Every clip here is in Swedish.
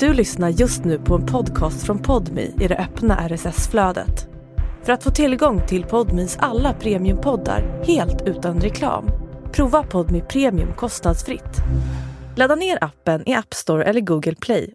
Du lyssnar just nu på en podcast från Podmi i det öppna RSS-flödet. För att få tillgång till Podmis alla premiumpoddar helt utan reklam, prova Podmi Premium kostnadsfritt. Ladda ner appen i App Store eller Google Play.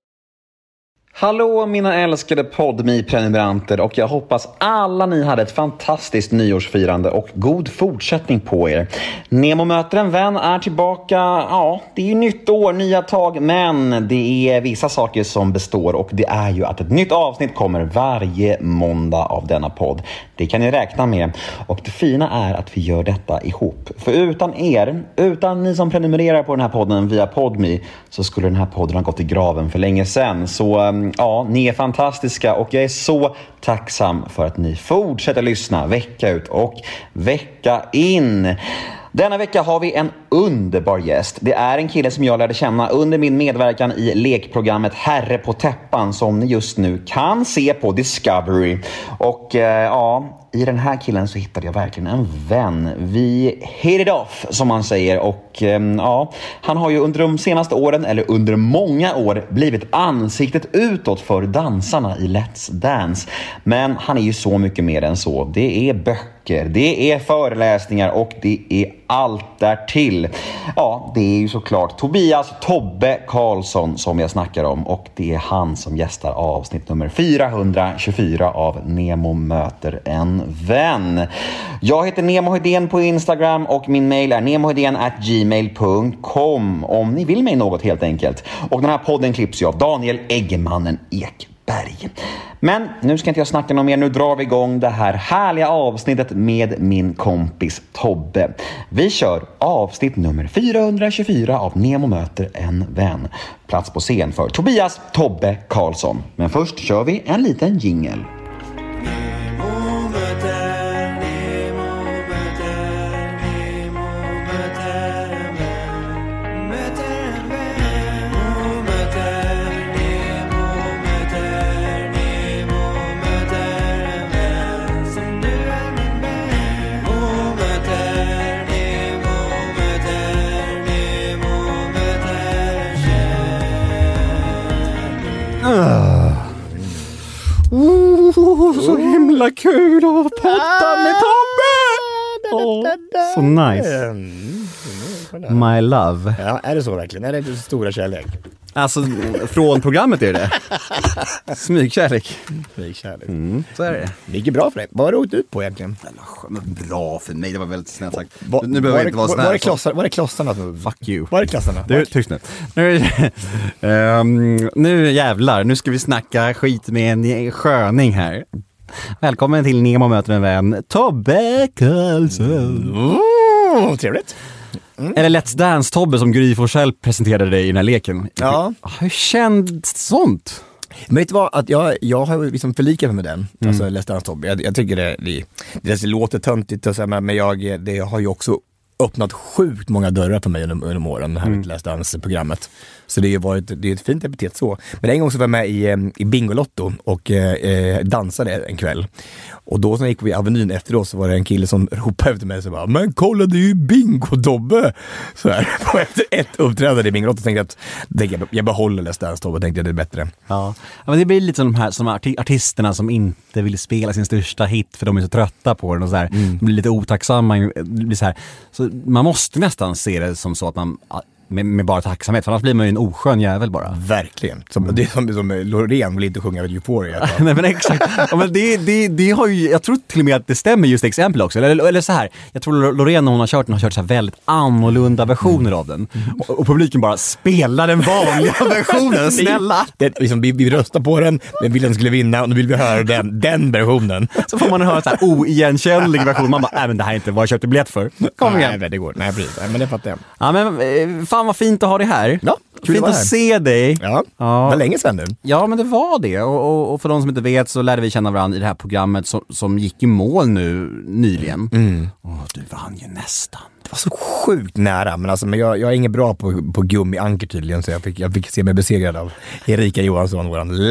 Hallå mina älskade Podmi-prenumeranter, och jag hoppas alla ni hade ett fantastiskt nyårsfirande och god fortsättning på er. Nemo möter en vän är tillbaka. Ja, det är ju nytt år, nya tag, men det är vissa saker som består, och det är ju att ett nytt avsnitt kommer varje måndag av denna podd. Det kan ni räkna med, och det fina är att vi gör detta ihop. För utan er, utan ni som prenumererar på den här podden via Podmi, så skulle den här podden ha gått i graven för länge sedan. Så ja, ni är fantastiska, och jag är så tacksam för att ni fortsätter lyssna vecka ut och vecka in. Denna vecka har vi en underbar gäst. Det är en kille som jag lärde känna under min medverkan i lekprogrammet Herre på täppan, som ni just nu kan se på Discovery. Och ja, i den här killen så hittade jag verkligen en vän. Vi hit it off, som man säger. Och ja, han har ju under de senaste åren, eller under många år, blivit ansiktet utåt för dansarna i Let's Dance. Men han är ju så mycket mer än så. Det är böcker, det är föreläsningar och det är allt därtill. Ja, det är ju såklart Tobias Tobbe Karlsson som jag snackar om, och det är han som gästar avsnitt nummer 424 av Nemo möter en vän. Jag heter Nemo Hedén på Instagram, och min mail är nemohedén@gmail.com om ni vill mig något, helt enkelt. Och den här podden klipps ju av Daniel Eggemannen Ekberg. Men nu ska inte jag snacka något mer. Nu drar vi igång det här härliga avsnittet med min kompis Tobbe. Vi kör avsnitt nummer 424 av Nemo möter en vän. Plats på scen för Tobias Tobbe Karlsson. Men först kör vi en liten jingle. Så himla kul att podda med Tobbe! Så nice. My love. Ja, är det så verkligen? Är det stora kärlek? Alltså, från programmet är det. Smygkärlek. Smygkärlek. Så är det. Det gick bra för dig. Vad har du åkt ut på egentligen? Bra för mig, det var väldigt snällt sagt. Nu behöver jag inte vara snäll. Var är klossarna? Fuck you. Var är klossarna? Du, tyst nu. Nu jävlar, nu ska vi snacka skit med en sköning här. Välkommen till Nemo möter en vän, Tobbe Karlsson. Trevligt. Eller Let's Dance Tobbe, som Gry Forssell presenterade dig i den här leken. Ja. Hur känns sånt? Men vet du vad, att jag har liksom förlikat mig med den. Alltså Let's Dance Tobbe. Jag tycker det låter töntigt och så, men det har ju också öppnat sjukt många dörrar för mig under åren, det här Let's Dance-programmet. Så det är ett fint epitet så. Men en gång så var jag med i Bingolotto och dansade en kväll. Och då när jag gick på Avenyn efteråt så var det en kille som ropade efter mig och så bara, men kolla, det är ju Bingo-Tobbe! Så här, och efter ett uppträdande i Bingolotto tänkte jag att jag behåller Let's Dance Tobbe, tänkte jag det är bättre. Ja, men det blir lite som de här som artisterna som inte vill spela sin största hit för de är så trötta på den och så här. De blir lite otacksamma, det blir så här. Så man måste nästan se det som så att man med bara tacksamhet, för annars blir man ju en oskön jävel bara. Verkligen. Det är som Loreen vill inte sjunga med Euphoria. Nej, men exakt. Ja, men det har ju, jag tror till och med att det stämmer just exempel också. Eller så här, jag tror Loreen när hon har kört så här väldigt annorlunda versioner av den. Och publiken bara spelar den vanliga versionen, snälla. Vi röstar på den, men vill den skulle vinna och nu vill vi höra den versionen. Så får man höra så här oigenkännlig version. Man bara, men det här är inte vad jag köpte biljett för. Kom igen. Nej, det går. Nej, precis. Men det fattar jag. Ja, men fan vad fint att ha dig här. Ja, fint att se dig. Ja, det var länge sedan nu. Ja, men det var det. Och för de som inte vet så lärde vi känna varandra i det här programmet som gick i mål nu nyligen. Du vann ju nästan. Det var så sjukt nära, men jag är ingen bra på gummianker tydligen, så jag fick se mig besegrad av Erika Johansson, våran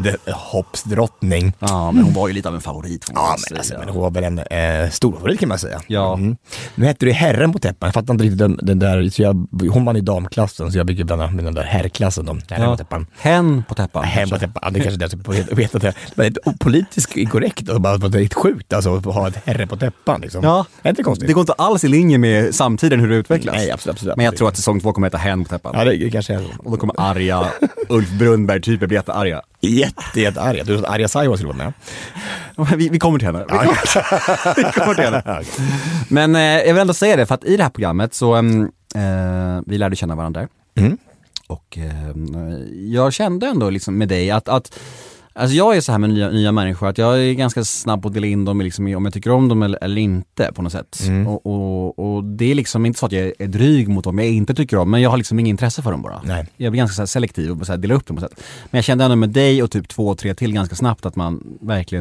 längdhoppsdrottning. Ja, men hon var ju lite av en favorit. Men hon var väl en stor favorit kan man säga. Ja. Nu hette det Herren på täppan. Jag fattar inte riktigt den där, så hon vann i damklassen, så jag fick blanda med den där herrklassen. Herren på täppan. Hen på täppan. Hen på täppan, det är kanske det jag vet att det är politiskt inkorrekt och bara det är ett sjukt alltså, att ha ett herre på täppan. Liksom. Ja, är inte konstigt. Det går inte alls i linje med samtiden hur det utvecklas. Nej, absolut. Men jag tror att säsong 2 kommer att heta Hen på täppan. Ja, det kanske är så. Och då kommer arga Ulf Brunnberg-typer bli jättearga. Jättearga. Du tror att Arja Saijonmaa skulle vara med? Vi kommer till henne. Vi kommer till henne. Men jag vill ändå säga det, för att i det här programmet så vi lärde känna varandra. Och jag kände ändå liksom med dig att alltså jag är så här med nya människor att jag är ganska snabb på att dela in dem liksom, om jag tycker om dem eller inte på något sätt. Och det är liksom inte så att jag är dryg mot dem jag inte tycker om, men jag har liksom ingen intresse för dem bara. Nej. Jag blir ganska så här selektiv och så här delar upp dem på något sätt. Men jag kände ändå med dig och typ 2-3 till ganska snabbt att man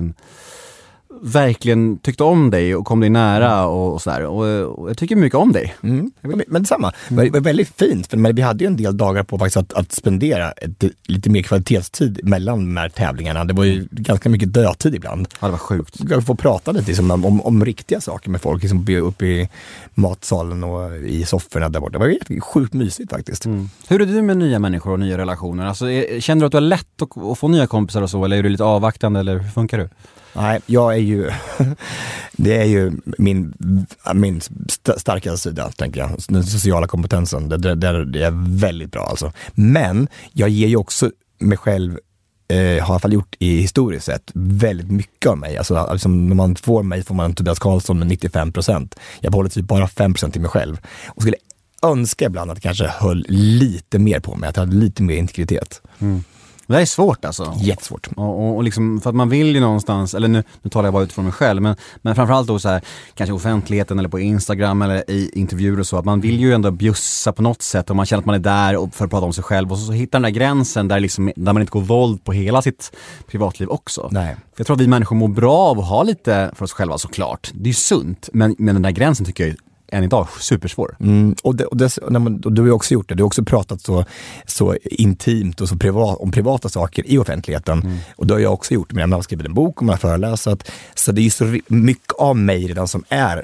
verkligen tyckte om dig och kom dig nära och sådär. Och jag tycker mycket om dig. Men detsamma. Det var väldigt fint, för vi hade ju en del dagar på faktiskt att spendera lite mer kvalitetstid mellan de här tävlingarna. Det var ju ganska mycket dödtid ibland. Ja, det var sjukt. Jag får prata lite liksom, om riktiga saker med folk, liksom, uppe i matsalen och i sofforna där borta. Det var ju sjukt mysigt faktiskt. Hur är du med nya människor och nya relationer? Alltså, känner du att du har lätt att få nya kompisar och så, eller är du lite avvaktande, eller hur funkar du? Nej, jag är ju det är ju min starkaste sida, tänker jag. Den sociala kompetensen, det är väldigt bra alltså. Men jag ger ju också mig själv, har i alla fall gjort i historiskt sett, väldigt mycket av mig. Alltså när man får mig får man en Tobias Karlsson med 95%. Jag behåller typ bara 5% till mig själv. Och skulle önska ibland att jag kanske höll lite mer på mig, att jag hade lite mer integritet. Det här är svårt alltså. Jättesvårt. Och liksom, för att man vill ju någonstans, eller nu talar jag bara utifrån mig själv, men framförallt då så här, kanske offentligheten eller på Instagram eller i intervjuer och så, att man vill ju ändå bjussa på något sätt och man känner att man är där och för att prata om sig själv och så hittar den där gränsen där man inte går våld på hela sitt privatliv också. Nej. För jag tror att vi människor mår bra av att ha lite för oss själva såklart. Det är ju sunt, men den där gränsen tycker jag än idag supersvår. Och du har ju också gjort det. Du har också pratat så intimt och så om privata saker i offentligheten. Och det har jag också gjort. Men jag har skrivit en bok och man har föreläsat. Så det är ju så mycket av mig redan som är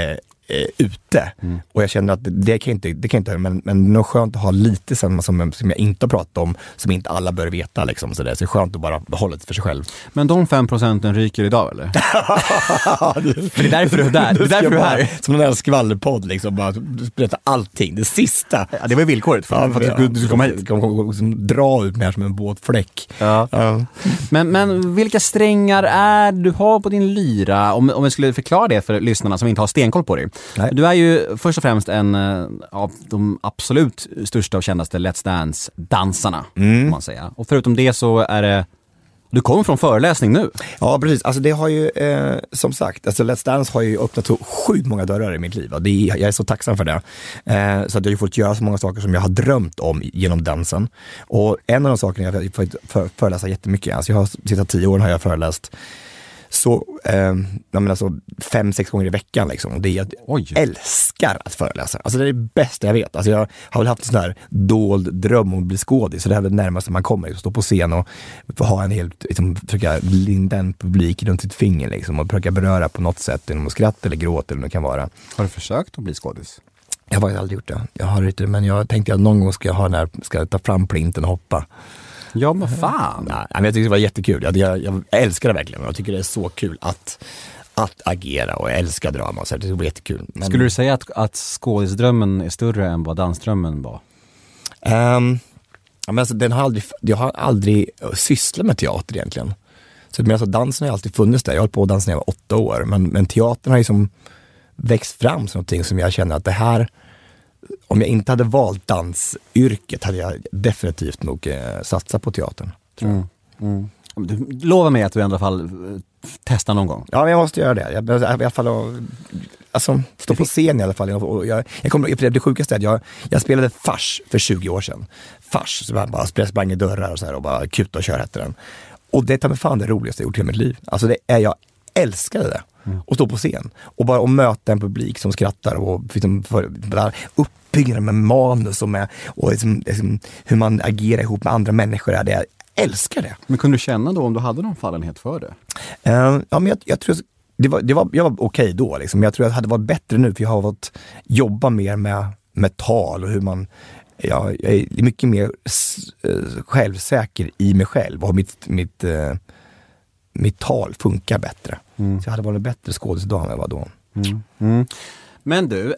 ute. Och jag känner att det kan inte höra, men det är nog skönt att ha lite som jag inte har pratat om, som inte alla bör veta liksom, så det är skönt att bara behålla det för sig själv. Men de 5% ryker idag, eller? För det är därför du är där. Det är därför du är här. Som den där skvallerpodd liksom, bara berätta allting, det sista. Ja, det var villkoret för att du skulle komma hit. Dra ut mer som en båtfläck. Ja. Men vilka strängar är du har på din lyra, om jag skulle förklara det för lyssnarna som inte har stenkoll på dig? Nej. Du är ju först och främst en av de absolut största och kändaste Let's Dance-dansarna, kan man säga. Och förutom det så är det, du kommer från föreläsning nu. Ja, precis. Alltså det har ju, som sagt, alltså Let's Dance har ju öppnat så sjukt många dörrar i mitt liv. Jag är så tacksam för det. Så att jag har fått göra så många saker som jag har drömt om genom dansen. Och en av de sakerna jag har fått föreläsa jättemycket. Alltså jag har sista 10 år har jag föreläst så 5-6 gånger i veckan liksom. Det är jag älskar att föreläsa. Alltså det är det bästa jag vet. Alltså jag har väl haft en sån här dold dröm om att bli skådis, så det är det närmaste man kommer, att stå på scen och ha en helt liksom, försöka linda en publik runt sitt finger liksom, och försöka beröra på något sätt genom att skratta eller gråta eller vad det kan vara. Har du försökt att bli skådis? Jag har faktiskt aldrig gjort det. Jag har inte, men jag tänkte att någon gång ska jag ta fram plinten och hoppa. Ja, men fan. Nej, men jag tycker det var jättekul. Jag älskar det verkligen. Jag tycker det är så kul att agera, och jag älskar drama. Så det var jättekul. Men skulle du säga att skådisdrömmen är större än vad dansdrömmen var? Men alltså, jag har aldrig sysslat med teater egentligen. Så men alltså, dansen har alltid funnits där. Jag har hållit på att dansa när jag var 8 år. Men teatern har liksom växt fram som någonting som jag känner att det här, om jag inte hade valt dansyrket hade jag definitivt nog satsat på teatern, tror jag. Du lovar mig att du i alla fall testar någon gång. Ja, men jag måste göra det. Jag i alla fall stå på scen i alla fall. Och jag kommer ihåg det sjukaste att jag spelade fars för 20 år sedan. Fars, så jag bara sprang i dörrar och så här och bara kuta och köra efter den. Och det tar mig fan det roligaste jag gjort i mitt liv. Alltså jag älskade det. Och stå på scen och bara möta en publik som skrattar och liksom, uppbyggnader med manus och liksom, hur man agerar ihop med andra människor. Jag älskar det. Men kunde du känna då om du hade någon fallenhet för det? Ja, men jag tror jag var okej då liksom. Jag tror att det hade varit bättre nu, för jag har fått jobba mer med tal och hur man jag är mycket mer självsäker i mig själv och mitt tal funkar bättre. Så jag hade varit bättre skådis idag än jag var då. Men du,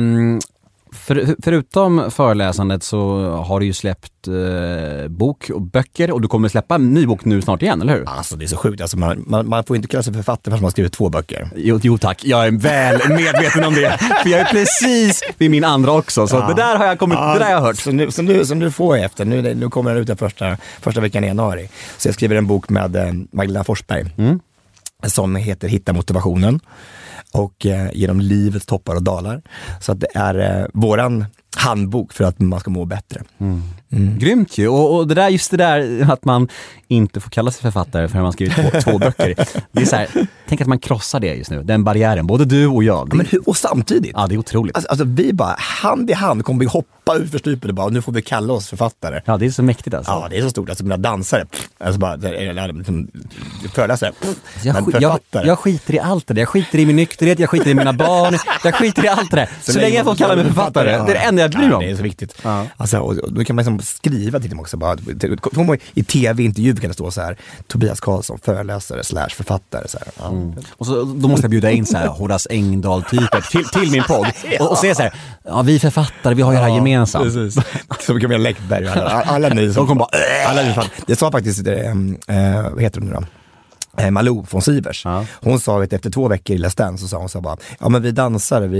förutom föreläsandet så har du ju släppt bok och böcker, och du kommer släppa en ny bok nu snart igen, eller hur? Alltså det är så sjukt, alltså, man får inte kalla sig författare förrän man skrivit 2 böcker. Jo tack, jag är väl medveten om det. För jag är precis vid min andra också, så det där har jag det där har jag hört. Som du får efter, nu kommer den ut den första veckan i januari. Så jag skriver en bok med Magdalena Forsberg som heter Hitta motivationen. Och genom livets toppar och dalar. Så att det är våran handbok för att man ska må bättre. Grymt ju. Och just det där att man inte får kalla sig författare förrän man skrivit 2 böcker. Det är så här, tänk att man krossar det just nu. Den barriären, både du och jag. Men och samtidigt. Ja, det är otroligt. Alltså vi bara hand i hand kommer vi hoppa ut för stupet och bara, och nu får vi kalla oss författare. Ja, det är så mäktigt alltså. Ja, det är så stort. Alltså mina dansare, alltså bara föreläsare. Jag skiter i allt det där. Jag skiter i min nykterhet, jag skiter i mina barn, jag skiter i allt det där. Så länge jag får kalla mig författare, det är det enda jag bryr mig om. Det är så viktigt. Ja. Alltså, och då kan man liksom skriva till dem också. Bara, i tv-intervju kan det stå så här: Tobias Karlsson, föreläsare / författare. Så här. Ja. Och så, då måste jag bjuda in så här Horace Engdahl-typer till min podd. Och säga så här, ja, vi författare, vi har ju det här gemensamt. Precis. Så kan vi ha Läckberg och alla ni som kommer bara... Det sa faktiskt, vad heter hon nu då? Malou von Sivers. Ja. Hon sa att efter 2 veckor i Let's Dance så sa hon så bara, ja men vi dansare, vi... ...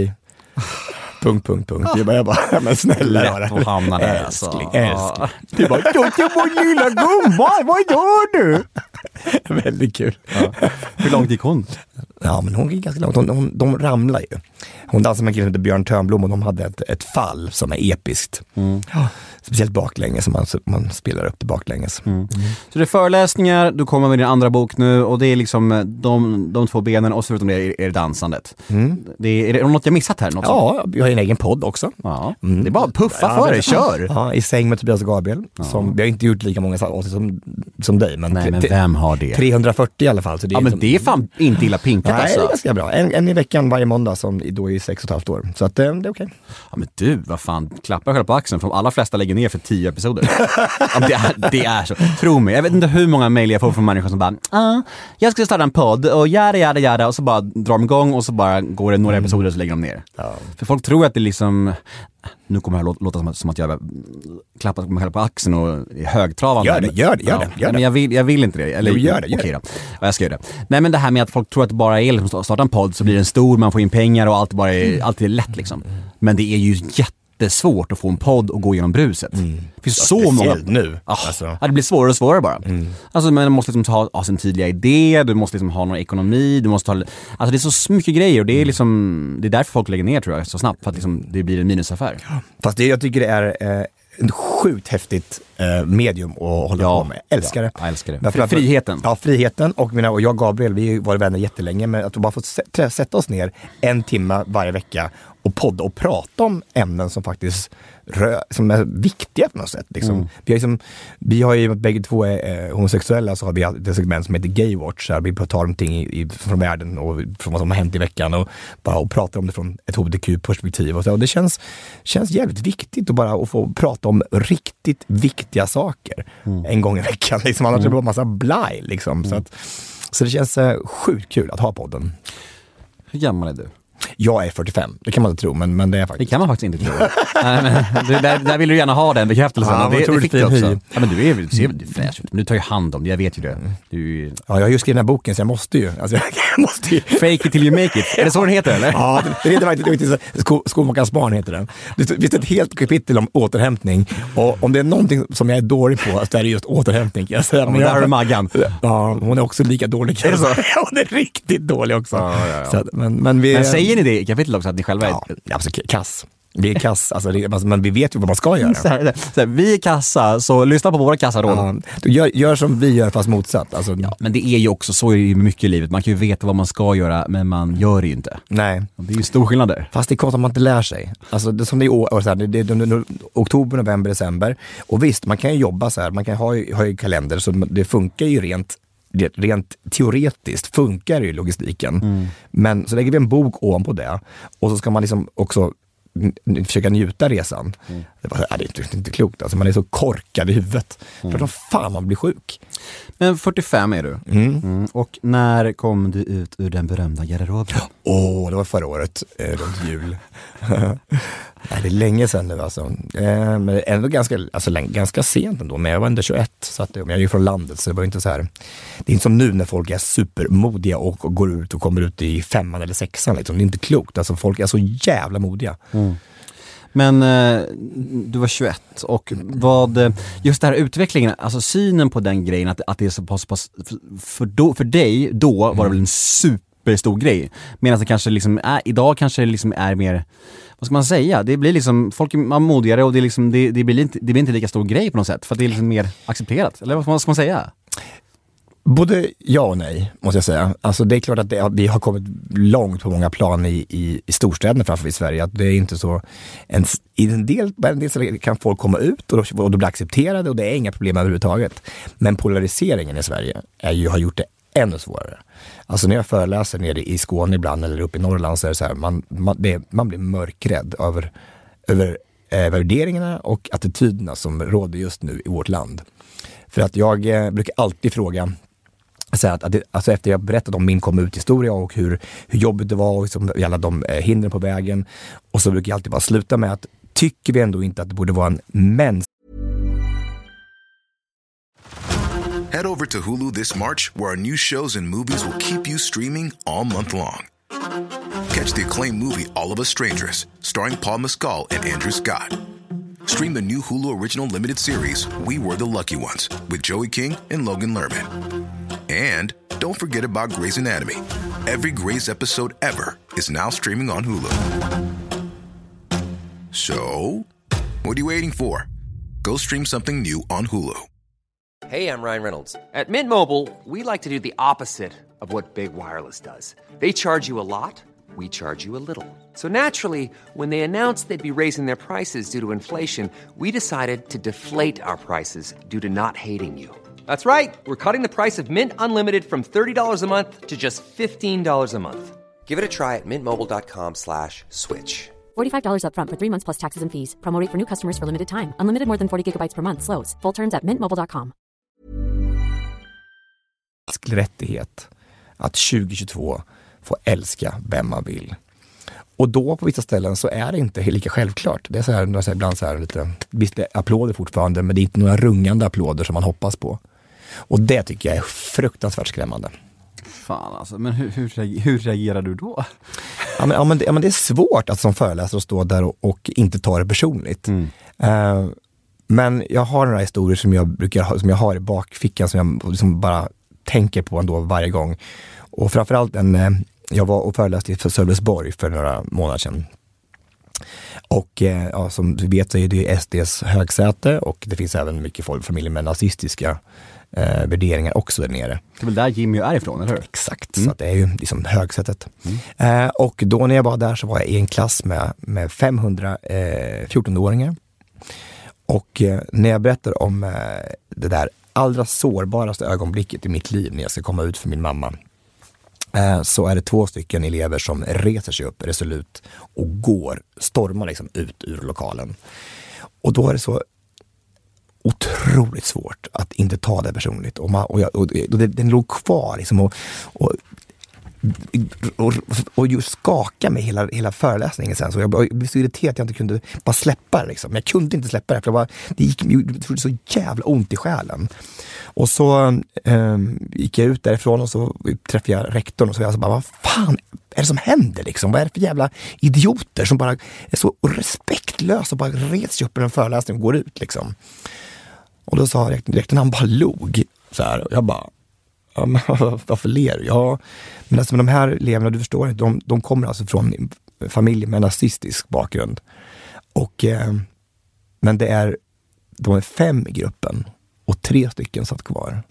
Jag bara, men snälla. Lätt att hamna där. Älskling. Du bara, jag var lilla gumman, vad gör du? Väldigt kul. Ja. Hur långt gick hon? Ja, men hon gick ganska långt. De ramlar ju. Hon dansade med en kille som heter Björn Törnblom, och de hade ett fall som är episkt. Ja, speciellt baklänges, som man spelar upp det baklänges. Så det är föreläsningar, du kommer med din andra bok nu, och det är liksom de 2 benen, och så förutom det är dansandet. Är det något jag missat här? Ja, vi har en egen podd också. Ja. Det är bara att puffa för det, kör! Ja, i säng med Tobias och Gabriel. Som, vi har inte gjort lika många avsnitt som dig. Men nej, men vem har det? 340 i alla fall. Så det är men det är fan inte illa pinkat. Nej, alltså. Det är ganska bra. En i veckan varje måndag, som då är 6,5 år. Så att, det är okej. Ja, men du, vad fan, klappar själv på axeln, för de allra flesta lägger ner för 10 episoder. Det är så. Tro mig, jag vet inte hur många mejl jag får från människor som bara, jag ska starta en podd och jada, och så bara drar de igång, och så bara går det några episoder och så lägger de ner. Ja. För folk tror att det liksom, nu kommer jag låta som att jag klappar mig själv på axeln och är högtravande. Gör det. Men jag vill inte det. Eller, gör det. Okej då. Ja, jag ska göra det. Nej, men det här med att folk tror att det bara är liksom, starta en podd så blir den stor, man får in pengar och allt är lätt liksom. Men det är ju jättesvårt att få en podd och gå igenom bruset. Det finns så många nu. Det blir svårare och svårare bara. Alltså, men du måste liksom ha sin tydliga idé, du måste liksom ha någon ekonomi, du måste ha, alltså det är så mycket grejer, och det är liksom, det är därför folk lägger ner, tror jag, så snabbt, för att liksom, det blir en minusaffär. Fast jag tycker det är en sjukt häftigt medium att hålla på med. Älskar det. Jag älskar det. Friheten. Ja, friheten. Och jag och Gabriel, vi har varit vänner jättelänge, men att bara få sätta oss ner 1 timme varje vecka och podda och prata om ämnen som faktiskt som är viktiga på något sätt. Liksom. Vi har ju bägge 2 homosexuella, så har vi ett segment som heter Gaywatch, där vi pratar om ting från världen och från vad som har hänt i veckan, och pratar om det från ett hbtq-perspektiv. Och det känns jävligt viktigt att bara få prata om riktigt viktiga saker en gång i veckan. Liksom. Annars är det bara en massa blaj. Liksom. Så det känns sjukt kul att ha podden. Hur gammal är du? Jag är 45, det kan man inte tro, men det är faktiskt. Det kan man faktiskt inte tro. Nej, men där vill du gärna ha den bekräftelsen. Ja, det fick du också. Ja, men du är fräsch ut. Men du tar ju hand om det, jag vet ju det. Ja, jag har ju skrivit den här boken, så jag måste ju. Alltså, jag måste ju. Fake it till you make it. Är det så den heter, eller? Ja, det heter faktiskt Skomakarens barn heter den. Det finns ett helt kapitel om återhämtning, och om det är någonting som jag är dålig på, så är det just återhämtning. Jag säger, men där har du Maggan. Ja, hon är också lika dålig. Är det så? Hon är riktigt dålig också. Ja. Så, men säger ni det i kapitlet också, att ni själva är... Ja, alltså kass. Vi är kass, men vi vet ju vad man ska göra. Så här, vi är kassa, så lyssna på våra kassaråd. Gör som vi gör, fast motsatt. Alltså, ja, men det är ju också så i mycket i livet. Man kan ju veta vad man ska göra, men man gör det ju inte. Nej. Det är ju stor skillnad där. Fast det är konstigt att man inte lär sig. Alltså, det som det är år, så här, det är oktober, november, december. Och visst, man kan ju jobba så här. Man kan ha i kalender, så det funkar ju rent teoretiskt funkar ju logistiken. Men så lägger vi en bok ovanpå det, och så ska man liksom också försöka njuta resan. Det är inte klokt. Alltså man är så korkad i huvudet. För att fan man blir sjuk. Men 45 är du. Och när kom du ut ur den berömda garderoben? Det var förra året, runt jul. Nej, det är länge sedan nu alltså. Men det är ändå ganska sent ändå. Men jag var ändå 21, så att jag är ju från landet, så det var inte så här. Det är inte som nu när folk är supermodiga och går ut och kommer ut i 5:an eller 6:an liksom. Det är inte klokt. Alltså folk är så jävla modiga. Men du var 21 och just den här utvecklingen, alltså synen på den grejen att det är så pass för dig då var det väl en superstor grej, medan det kanske liksom idag kanske liksom är mer, vad ska man säga, det blir liksom folk är modigare och det är liksom det blir inte lika stor grej på något sätt för att det är liksom mer accepterat, eller vad ska man säga? Både ja och nej, måste jag säga. Alltså det är klart att vi har kommit långt på många plan i storstäderna framför i Sverige. Att det är inte så... I en del kan folk komma ut och då blir accepterade och det är inga problem överhuvudtaget. Men polariseringen i Sverige har gjort det ännu svårare. Alltså när jag föreläser nere i Skåne ibland eller uppe i Norrland så är det så här, man blir mörkrädd över värderingarna och attityderna som råder just nu i vårt land. För att jag brukar alltid fråga, så alltså efter jag berättat om min komma ut-historia och hur jobbigt det var och liksom alla de hindren på vägen, och så brukar jag alltid bara sluta med att tycker vi ändå inte att det borde vara en mens. Head over to Hulu this March, where our new shows and movies will keep you streaming all month long. Catch the acclaimed movie All of Us Strangers, starring Paul Mescal and Andrew Scott. Stream the new Hulu original limited series We Were the Lucky Ones with Joey King and Logan Lerman. And don't forget about Grey's Anatomy. Every Grey's episode ever is now streaming on Hulu. So, what are you waiting for? Go stream something new on Hulu. Hey, I'm Ryan Reynolds. At Mint Mobile, we like to do the opposite of what Big Wireless does. They charge you a lot. We charge you a little. So naturally, when they announced they'd be raising their prices due to inflation, we decided to deflate our prices due to not hating you. That's right. We're cutting the price of Mint Unlimited from $30 a month to just $15 a month. Give it a try at mintmobile.com/switch. $45 up front for 3 months plus taxes and fees. Promo rate for new customers for limited time. Unlimited more than 40 gigabytes per month slows. Full terms at mintmobile.com. Rättighet att 2022 få älska vem man vill. Och då på vissa ställen så är det inte lika självklart. Det är så här, ibland så här lite, visst applåder fortfarande, men det är inte några rungande applåder som man hoppas på. Och det tycker jag är fruktansvärt skrämmande. Fan alltså, men hur reagerar du då? Ja, men det är svårt att som föreläsare att stå där och inte ta det personligt. Men jag har några historier som jag har i bakfickan som jag liksom bara tänker på ändå varje gång. Och framförallt jag var och föreläste i Sölvesborg för några månader sedan. Och som vi vet så är det SDs högsäte och det finns även mycket familjer med nazistiska värderingar också där nere. Det är väl där Jimmy är ifrån, eller hur? Exakt, så att det är ju liksom högsätet. Och då när jag var där så var jag i en klass med 500 14-åringar. Och när jag berättar om det där allra sårbaraste ögonblicket i mitt liv när jag ska komma ut för min mamma, så är det 2 stycken elever som reser sig upp resolut och stormar liksom ut ur lokalen. Och då är det så otroligt svårt att inte ta det personligt. Och den låg kvar liksom och just skaka med hela föreläsningen sen. Så jag blev så irriterad att jag inte kunde bara släppa det liksom. Men jag kunde inte släppa det för det gjorde så jävla ont i själen. Och så gick jag ut därifrån och så träffade jag rektorn och så var jag så bara, vad fan är det som händer liksom? Vad är det för jävla idioter som bara är så respektlösa och bara reser sig upp i en föreläsning och går ut liksom. Och då sa rektorn, han bara log så här, och jag bara, ja, men varför ler du? Ja, men alltså de här eleverna, du förstår, de kommer alltså från familjer med nazistisk bakgrund. Och men de är 5 i gruppen och 3 stycken satt kvar.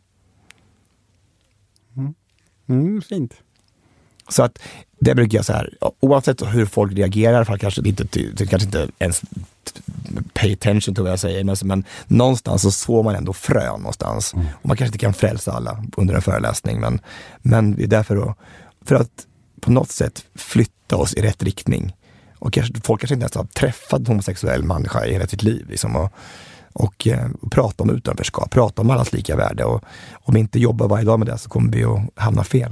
Fint. Så att det brukar jag så här, oavsett hur folk reagerar, för kanske inte ens pay attention till vad jag säger, men någonstans så får man ändå frön någonstans. Och man kanske inte kan frälsa alla under en föreläsning, men det är därför då, för att på något sätt flytta oss i rätt riktning Och folk kanske inte ens har träffat en homosexuell människa i hela sitt liv. Liksom, och prata om utanförskap, prata om allas lika värde. Och om vi inte jobbar varje dag med det så kommer vi att hamna fel.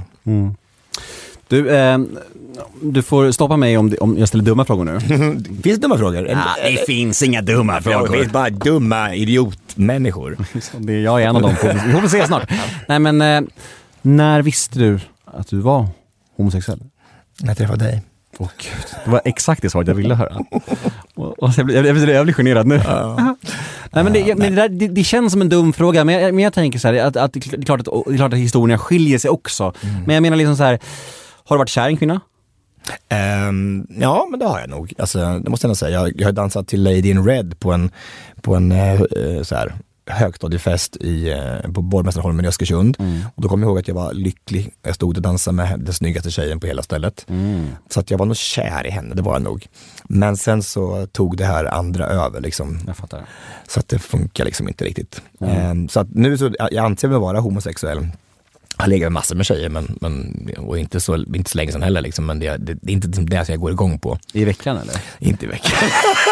Du får stoppa mig om jag ställer dumma frågor nu. Finns det dumma frågor? Det finns inga dumma frågor. Det finns bara dumma idiotmänniskor. Jag är en av dem. Vi får se snart. Nej, men när visste du att du var homosexuell? När jag träffade dig. Det var exakt det svaret jag ville höra. Och jag blir generad nu. Nej, men det känns som en dum fråga, men jag tänker så här att det är klart att historierna skiljer sig också. Men jag menar liksom så här, har du varit kär i en kvinna? Ja, men det har jag nog. Alltså, det måste jag säga. Jag har dansat till Lady in Red på en så här högstadiefest på Borgmästarholmen i Östersund. Och då kom jag ihåg att jag var lycklig. Jag stod och dansade med den snyggaste tjejen på hela stället. Så att jag var nog kär i henne, det var jag nog. Men sen så tog det här andra över liksom. Jag fattar. Så att det funkar liksom inte riktigt. Så att nu så, jag anser mig vara homosexuell. Jag har legat massor med tjejer, men och inte så länge sedan heller liksom, men det är inte det som jag går igång på. I veckan eller? Inte i veckan.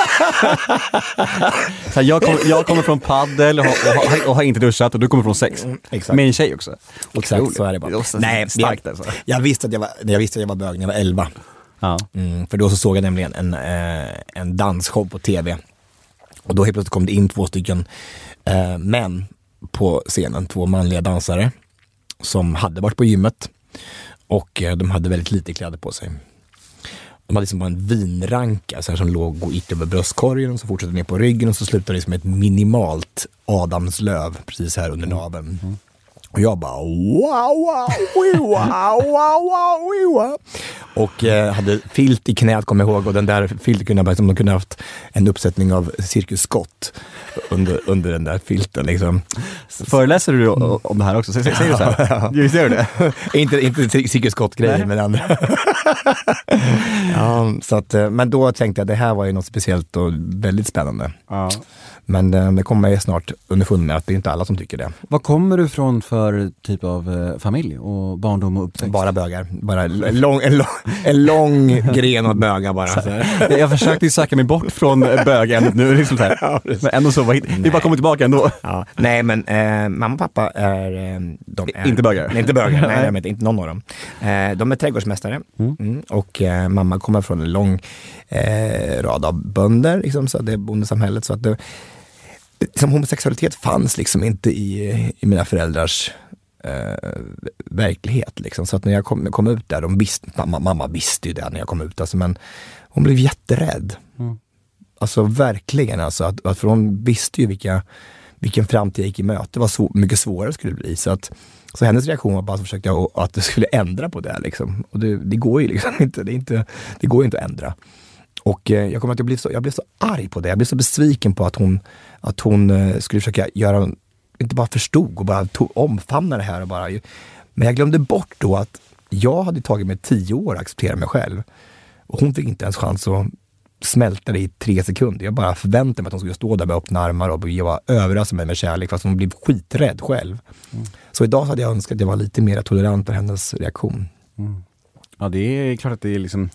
Så jag kommer från paddel och har inte duschat, och du kommer från sex. Exakt. Med en tjej också. Exakt, så är det bara. Nej, starkt alltså. Jag visste att jag var bög när jag var 11. Ja. För då så såg jag nämligen en dansshow på tv. Och då helt plötsligt kom det in 2 stycken män på scenen, 2 manliga dansare som hade varit på gymmet, och de hade väldigt lite kläder på sig. De hade liksom bara en vinranka så här, som låg och gick över bröstkorgen, och så fortsatte ner på ryggen, och så slutade det som ett minimalt adamslöv precis här under naveln. Och jag bara wow. Och hade filt i knät, kom jag ihåg, och den där filten kunde ha haft en uppsättning av Cirkus Scott under den där filten liksom. Föreläser du om det här också? Säger du så här? Visst gör du det? inte Cirkus Scott-grejer, men andra. Ja, så att, men då tänkte jag att det här var ju något speciellt och väldigt spännande. Ja. Men det kommer jag snart underfund med att det är inte alla som tycker det. Vad kommer du från för typ av familj och barndom och uppväxt? Bara bögar. Bara en lång gren av bögar bara. Jag försökte ju söka mig bort från bögen nu liksom så här. Ja, men ändå så vi bara kommer tillbaka ändå. Ja. Nej, men mamma och pappa är inte bögar. Nej, inte bögar. Nej, inte någon av dem. De är trädgårdsmästare. Och mamma kommer från en lång rad av bönder liksom, så det är bondesamhället, så att det som homosexualitet fanns liksom inte i mina föräldrars verklighet liksom. Så att när jag kom ut där, mamma visste ju det när jag kom ut alltså, men hon blev jätterädd. Alltså verkligen alltså, att för hon visste ju vilken framtid jag gick i möte. Det var mycket svårare skulle det bli, så hennes reaktion var bara att försöka att det skulle ändra på det liksom. Och det går ju liksom inte, det går ju inte att ändra. Och jag kommer att jag blev så arg på det. Jag blev så besviken på att hon skulle försöka göra, inte bara förstod och bara omfamna det här och bara. Men jag glömde bort då att jag hade tagit mig 10 år att acceptera mig själv. Och hon fick inte ens chans att smälta det i 3 sekunder. Jag bara förväntade mig att hon skulle stå där med öppna armar och överraskat mig med kärlek, fast hon blev skiträdd själv. Så idag hade jag önskat att jag var lite mer tolerant på hennes reaktion. Ja, det är klart att det är liksom,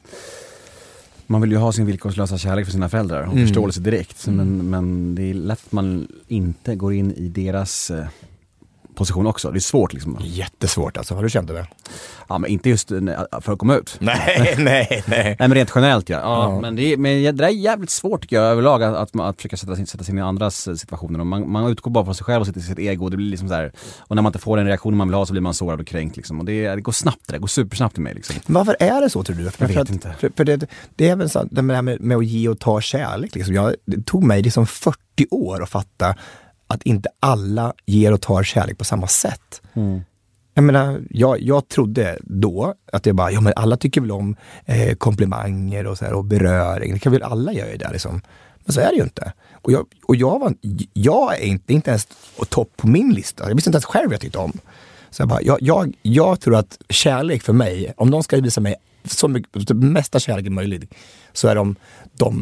man vill ju ha sin villkorslösa kärlek för sina föräldrar och förståelse direkt. Men det är lätt att man inte går in i deras position också. Det är svårt liksom. Jättesvårt alltså. Har du känt det? Ja, men inte just för att komma ut. Nej. Nej, men rent generellt ja. Men det är jävligt svårt tycker jag överlag att försöka sätta sig in i andras situationer. Och man utgår bara från sig själv och sätter sitt ego. Det blir liksom så här, och när man inte får den reaktionen man vill ha så blir man sårad och kränkt liksom. Och det går snabbt, det går supersnabbt i mig liksom. Men varför är det så tror du? Jag vet inte. För det är väl så det med att ge och ta kärlek liksom. Det tog mig liksom 40 år att fatta att inte alla ger och tar kärlek på samma sätt. Jag menar, jag trodde då att det bara, men alla tycker väl om komplimanger och så här, och beröring. Det kan väl alla göra det liksom. Men så är det ju inte. Och jag är inte ens topp på min lista. Jag visste inte ens själv vad jag tyckte om. Så jag tror att kärlek för mig, om de ska visa mig så mycket, det mesta kärleken möjligt, så är de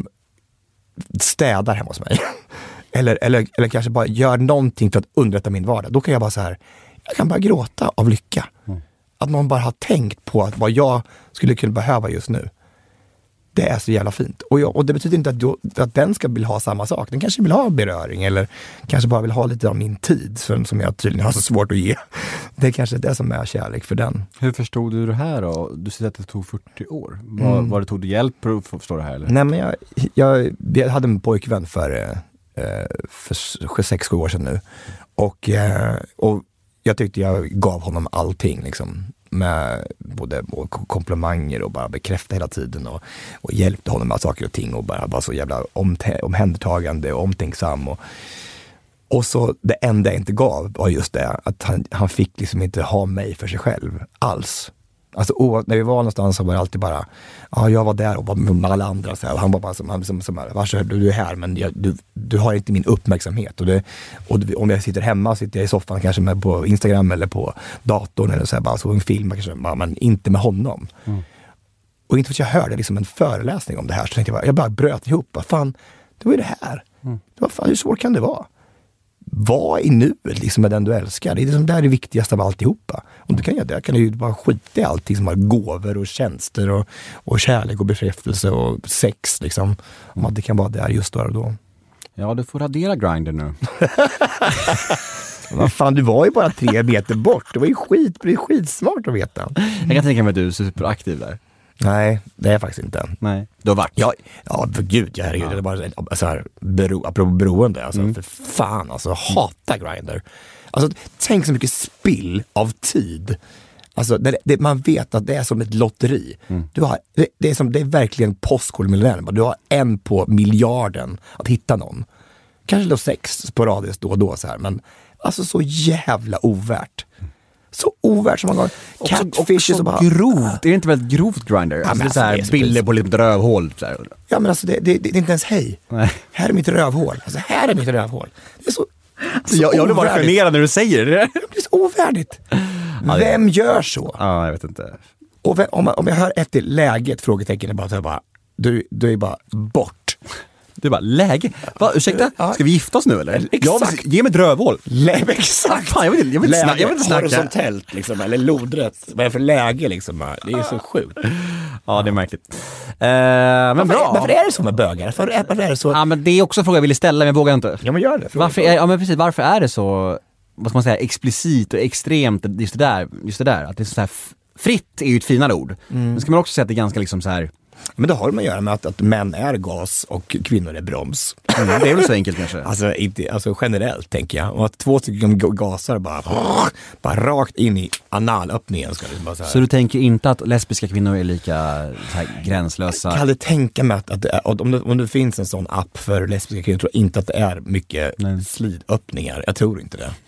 städar hemma hos mig. Eller kanske bara gör någonting för att underlätta min vardag. Då kan jag bara så här, jag kan bara gråta av lycka. Att någon bara har tänkt på vad jag skulle kunna behöva just nu. Det är så jävla fint. Och det betyder inte att den ska vilja ha samma sak. Den kanske vill ha beröring eller kanske bara vill ha lite av min tid som jag tydligen har så svårt att ge. Det är kanske det som är kärlek för den. Hur förstod du det här då? Du säger att det tog 40 år. Var det tog du hjälp för att förstå det här? Eller? Nej, men jag hade en pojkvän för 6-7 år sedan nu. Och jag tyckte jag gav honom allting liksom. Med både komplimanger och bara bekräfta hela tiden och hjälpte honom med saker och ting och bara var så jävla omhändertagande och omtänksam och så det enda jag inte gav var just det att han fick liksom inte ha mig för sig själv alls. Alltså när vi var någonstans så var det alltid bara jag var där och var med alla andra så här, och han var bara som varsågod, du är här men du har inte min uppmärksamhet och om jag sitter hemma sitter jag i soffan kanske med på Instagram eller på datorn eller så här, bara så en film kanske men inte med honom. Och inte för att jag hörde liksom en föreläsning om det här så tänkte jag bara bröt ihop, vad fan det var ju det här. Det var fan, hur svårt kan det vara? Vad i nuet liksom med den du älskar? Det är liksom där det viktigaste av alltihopa. Och du kan ju bara skita i allting som har gåvor och tjänster och kärlek och bekräftelse och sex liksom. Om att det kan vara där just då och då. Ja, du får radera Grindr nu. Vad fan, du var ju bara 3 meter bort. Det var ju skitsmart att veta. Jag kan tänka mig att du är superaktiv där. Nej, det är jag faktiskt inte. Nej, du har varit. Ja, för gud, herregud. Det är bara så här, apropå beroende. Alltså, för fan, alltså, hata Grindr. Alltså, tänk så mycket spill av tid. Alltså, man vet att det är som ett lotteri. Du har, det är verkligen postkodmillennium. Du har 1 på miljarden att hitta någon. Kanske då 6 sporadiskt då och då så här, men alltså så jävla ovärt. Så ovärt som man har catfish och bara grovt. Är det inte väldigt grovt Grindr? Ja, alltså, det är så här det bilder på lite rövhål så här. Ja, men alltså det är inte ens hej. Nej. Här är mitt rövhål. Alltså här är mitt rövhål. Det är så jag blir bara generad när du säger det. Det är så ovärdigt. Vem gör så? Ja, jag vet inte. Och om jag hör ett till läget frågetecken bara så jag bara du är bara bort. Du bara, läge? Va, ursäkta? Ska vi gifta oss nu eller? Exakt. Ge mig ett rövhål. Exakt. Fan, jag vill inte snacka. Horisontellt liksom, eller lodrätt. Vad är det för läge liksom? Det är så sjukt. Ja, det är märkligt. Men bra. Varför är det så med bögar? Varför är det så? Ja, men det är också en fråga jag ville ställa, men jag vågar inte. Ja, men gör det. Varför är det så, vad ska man säga, explicit och extremt just det där att det är så här fritt är ju ett finare ord. Men ska man också säga att det är ganska liksom så här. Men det har man att göra med att män är gas och kvinnor är broms. Det är väl så enkelt kanske. Alltså generellt tänker jag. Och att 2 stycken gasar bara rakt in i analöppningen. Så du tänker inte att lesbiska kvinnor är lika så här gränslösa? Jag kan aldrig tänka mig att om det finns en sån app för lesbiska kvinnor, tror jag inte att det är mycket slidöppningar. Jag tror inte det.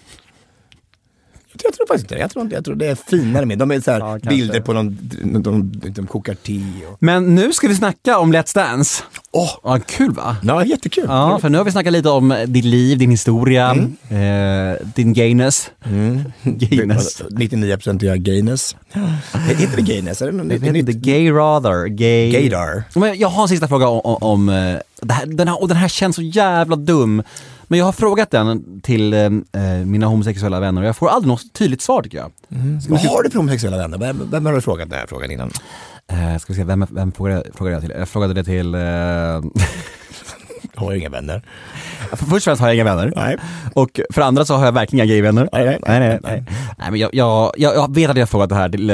Jag tror faktiskt inte. Jag tror det är finare med. De är så här bilder på de kokar te. Men nu ska vi snacka om Let's Dance. Kul va? Ja, jättekul. Ja, för nu har vi snackat lite om ditt liv, din historia, din gayness. Gayness. 99% jag gayness. Heter det gayness? Det heter gay rather. Gaydar. Men jag har en sista fråga om den här känns så jävla dum. Men jag har frågat den till mina homosexuella vänner och jag får aldrig något tydligt svar tycker jag. Vad har du för homosexuella vänner? Vem har du frågat den här frågan innan? Ska vi se, vem frågade jag till? Jag frågade det till... Jag har inga vänner. Först och främst har jag inga vänner. Nej. Och för andra så har jag verkligen inga gayvänner. Nej. Nej, men jag vet att jag frågat det här till...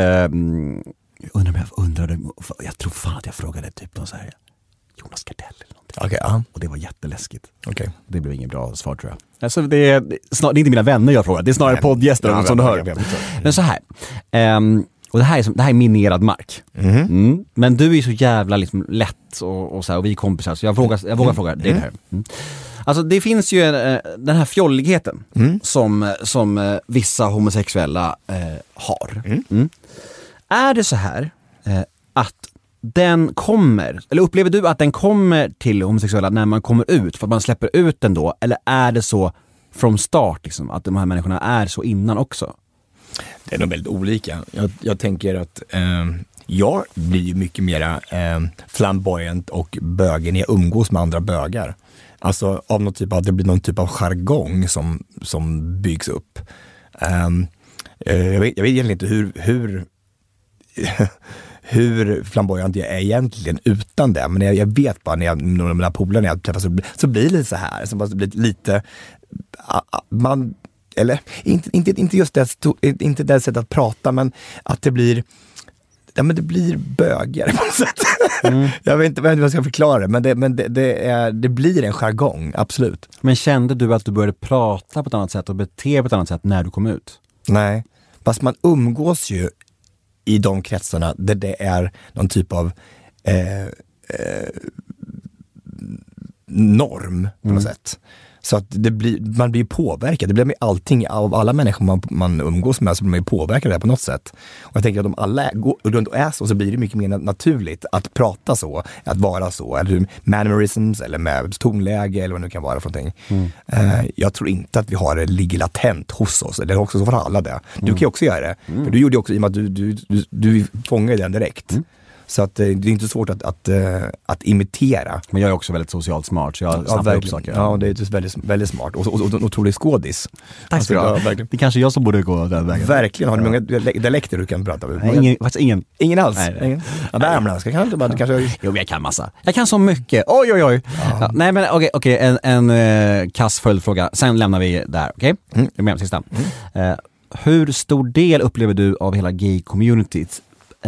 Jag tror fan att jag frågade typ någon så här Jonas Gardell eller någonting. Okay, och det var jätteläskigt. Okay. Det blev ingen bra svar tror jag. Alltså det är inte mina vänner jag frågar. Det är snarare poddgäster som du hör. Men så här. Och det här är minerad mark. Men du är så jävla liksom lätt och så här, och vi är kompisar så jag vågar fråga dig det här. Alltså det finns ju den här fjolligheten som vissa homosexuella har. Är det så här att den kommer, eller upplever du att den kommer till homosexuella när man kommer ut, för att man släpper ut den då, eller är det så från start liksom, att de här människorna är så innan också? Det är nog väldigt olika. Jag tänker att jag blir ju mycket mera flamboyant och bögen när jag umgås med andra bögar. Alltså av något typ av, det blir någon typ av jargong som byggs upp. Jag vet egentligen inte hur flamboyant jag är egentligen utan det. Men jag vet bara när mina polare när jag träffas så blir det så här. Så blir det lite... Man... Eller inte just det, inte det sättet att prata, men att det blir... Ja, men det blir bögare på något sätt. Jag vet inte vad jag ska förklara det, men det blir en jargong, absolut. Men kände du att du började prata på ett annat sätt och bete på ett annat sätt när du kom ut? Nej, fast man umgås ju i de kretsarna där det är någon typ av norm på något sätt. Så att man blir påverkad. Det blir med allting av alla människor man umgås med, så blir man ju påverkad där på något sätt. Och jag tänker att om alla går runt och är så blir det mycket mer naturligt att prata så, att vara så. Eller mannerisms eller med tonläge eller vad det nu kan vara för någonting. Jag tror inte att vi har det ligger latent hos oss. Eller också så får alla det. Du kan ju också göra det. För du gjorde också i och med att du fångar den direkt. Så att det är inte svårt att imitera. Men jag är också väldigt socialt smart, så jag snappar upp saker. Ja, det är just väldigt, väldigt smart. Och en otrolig skådis. Tack ska du ha. Det är kanske jag som borde gå den vägen. Verkligen. Har du många dialekter du kan prata med? Nej, faktiskt ingen. Ingen alls? Nej. Ingen. Ja, värmländska kan inte bara kanske... Jo, jag kan massa. Jag kan så mycket. Oj. Ja, nej, men okej. En kass följdfråga. Sen lämnar vi där, okej? Det är med sista. Hur stor del upplever du av hela gay-communityt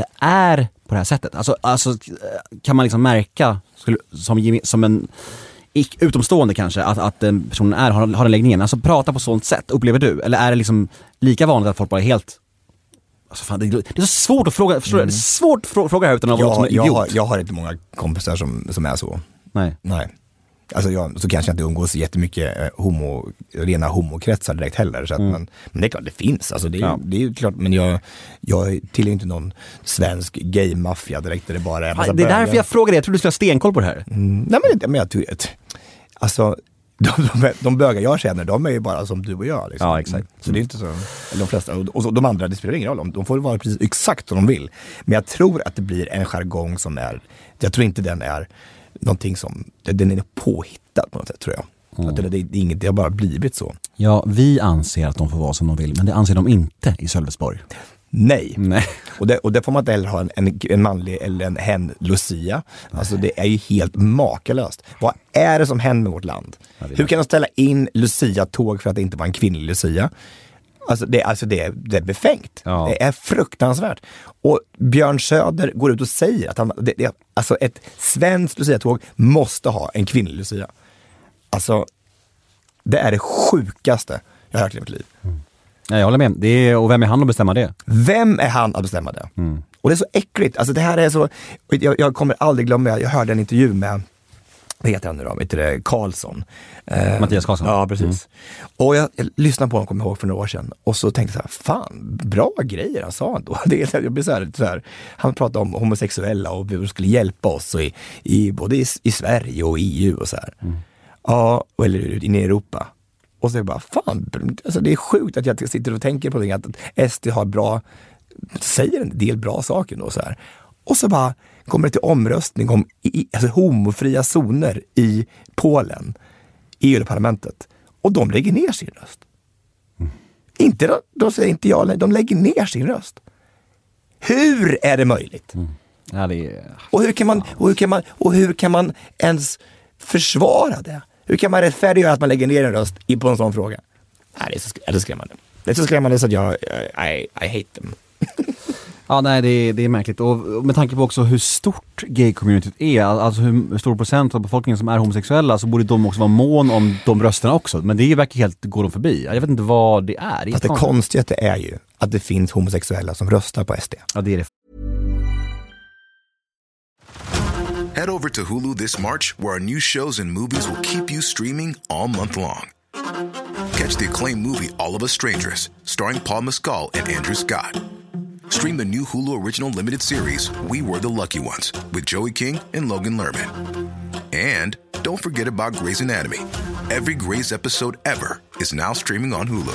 är på det här sättet? Alltså kan man liksom märka som en utomstående kanske att den personen har den läggningen, alltså prata på sånt sätt, upplever du? Eller är det liksom lika vanligt att folk bara är helt... Alltså fan, det är så svårt att fråga, förstår du? Det är svårt att fråga här utan att vara som en idiot. Jag har inte många kompisar som är så. Nej. Alltså så kanske jag inte umgås jättemycket rena homokretsar direkt heller. Så att, men det är klart, det finns. Alltså, det är ju klart, men jag tillhör inte någon svensk gay-maffia direkt. Där det bara är det är därför jag frågar dig. Jag tror du skulle ha stenkoll på det här. Nej, men jag tror att... Alltså... De bögar jag känner, de är ju bara som du och jag. Liksom. Ja, exakt. Så det är inte så... De flesta, och så, de andra, det spelar ingen roll. De får vara precis exakt som de vill. Men jag tror att det blir en jargong som är... Jag tror inte den är... någonting som, den är påhittad på något sätt, tror jag. Att det har bara blivit så. Ja, vi anser att de får vara som de vill, men det anser de inte i Sölvesborg. Nej. Och det får man inte heller ha en manlig eller en hen Lucia. Alltså det är ju helt makalöst. Vad är det som händer med vårt land? Hur kan de ställa in Lucia-tåg för att det inte var en kvinnlig Lucia? Alltså det är befängt. Ja. Det är fruktansvärt. Och Björn Söder går ut och säger att alltså ett svenskt Lucia-tåg måste ha en kvinnlig Lucia. Alltså, det är det sjukaste jag har hört i mitt liv. Ja, jag håller med. Och vem är han att bestämma det? Vem är han att bestämma det? Och det är så äckligt. Alltså det här är så... Jag kommer aldrig glömma, jag hörde en intervju med... Vad heter han nu då? Vet du det? Karlsson. Mattias Karlsson. Ja, precis. Och jag lyssnade på honom, kommer jag ihåg, för några år sedan. Och så tänkte jag så här, fan, bra grejer han sa ändå. Jag blev så här, han pratade om homosexuella och hur de skulle hjälpa oss både i Sverige och EU och så här. Ja, eller inne i Europa. Och så är jag bara, fan, alltså det är sjukt att jag sitter och tänker på det, att SD har säger en del bra saker då så här. Och så bara kommer det till omröstning om alltså homofria zoner i Polen, i EU-parlamentet. Och de lägger ner sin röst. Inte då säger inte jag, de lägger ner sin röst. Hur är det möjligt? Ja, det är... Och hur kan man ens försvara det? Hur kan man rättfärdiggöra att man lägger ner en röst på en sån fråga? Nej, det är så skrämmande. Det är så skrämmande så att I hate them. Ja, nej, det är märkligt. Och med tanke på också hur stort gay-communityt är, alltså hur stor procent av befolkningen som är homosexuella, så borde de också vara mån om de rösterna också. Men det verkar helt gå dem förbi. Jag vet inte vad det är. Fast det konstiga är ju att det finns homosexuella som röstar på SD. Ja, det är det. Head over to Hulu this March, where our new shows and movies will keep you streaming all month long. Catch the acclaimed movie All of Us Strangers, starring Paul Mescal and Andrew Scott. Stream the new Hulu original limited series We Were the Lucky Ones with Joey King and Logan Lerman. And don't forget about Grey's Anatomy. Every Grey's episode ever is now streaming on Hulu.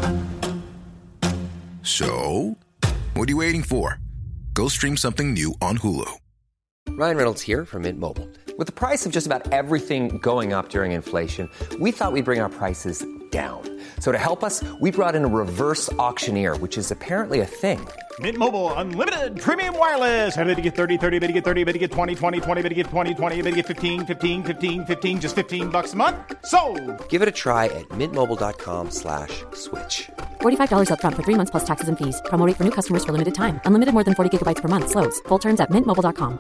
So, what are you waiting for? Go stream something new on Hulu. Ryan Reynolds here from Mint Mobile. With the price of just about everything going up during inflation, we thought we'd bring our prices down. So to help us, we brought in a reverse auctioneer, which is apparently a thing. Mint Mobile Unlimited Premium Wireless. How to get 30, 30, bit to get 30, bit to get 20, 20, 20, bit to get 20, 20, bit to get 15, 15, 15, 15, just $15 a month? Sold! Give it a try at mintmobile.com/switch. $45 up front for 3 months plus taxes and fees. Promo rate for new customers for limited time. Unlimited more than 40 gigabytes per month. Slows full terms at mintmobile.com.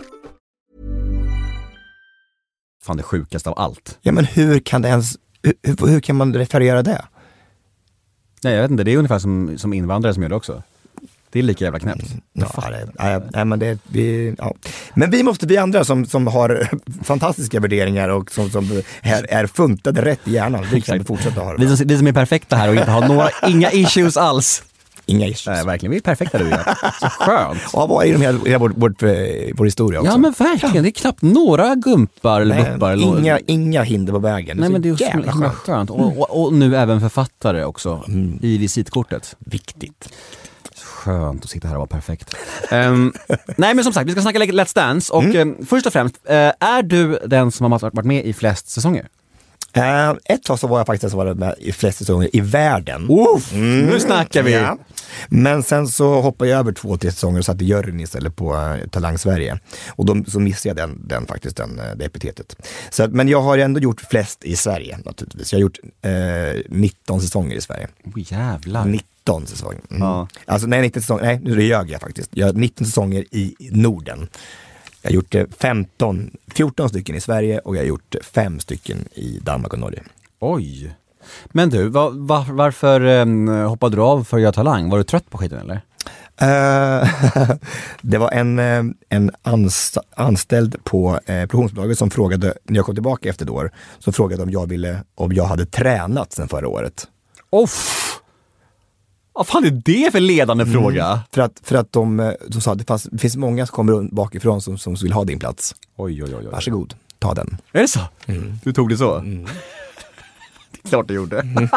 Fan, det sjukaste av allt. Ja, men hur kan det ens, hur kan man referera det? Nej, jag vet inte, det är ungefär som invandrare som gör det också. Det är lika jävla knäppt. Men vi andra som har fantastiska värderingar och som är funtade rätt i hjärnan, vi kan fortsätta ha det. Vi som är perfekta här och inte har inga issues alls. Inga issues. Nej, verkligen. Vi är perfekta, du och jag. Så skönt. Ja, vad är de här vår historia också? Ja, men verkligen. Det är knappt några gumpar eller buppar. Inga hinder på vägen. Nej, men det är jävla skönt. Och nu även författare också i visitkortet. Viktigt. Skönt att sitta här och vara perfekt. Nej, men som sagt, vi ska snacka Let's Dance. Och först och främst, är du den som har varit med i flest säsonger? Ett tag så var jag faktiskt med i flest säsonger i världen. Nu snackar vi! Ja. Men sen så hoppade jag över 2-3 säsonger och satt i juryn istället på Talang Sverige. Och då så missade jag det epitetet. Så, men jag har ändå gjort flest i Sverige naturligtvis. Jag har gjort 19 säsonger i Sverige. Jävlar! 19 säsonger. Ja. Alltså nej, 19 säsonger. Nej, nu ljög jag faktiskt. Jag har 19 säsonger i Norden. Jag har gjort 14 stycken i Sverige och jag har gjort 5 stycken i Danmark och Norge. Oj! Men du, varför hoppade du av för att göra Talang? Var du trött på skiten eller? Det var en anställd på produktionsbolaget som frågade, när jag kom tillbaka efter ett år, så frågade om jag hade tränat sedan förra året. Vad fan är det för ledande fråga? För att de sa att det finns många som kommer bakifrån som vill ha din plats. Oj. Varsågod, ta den. Är det så? Du tog det så? Det är klart du gjorde.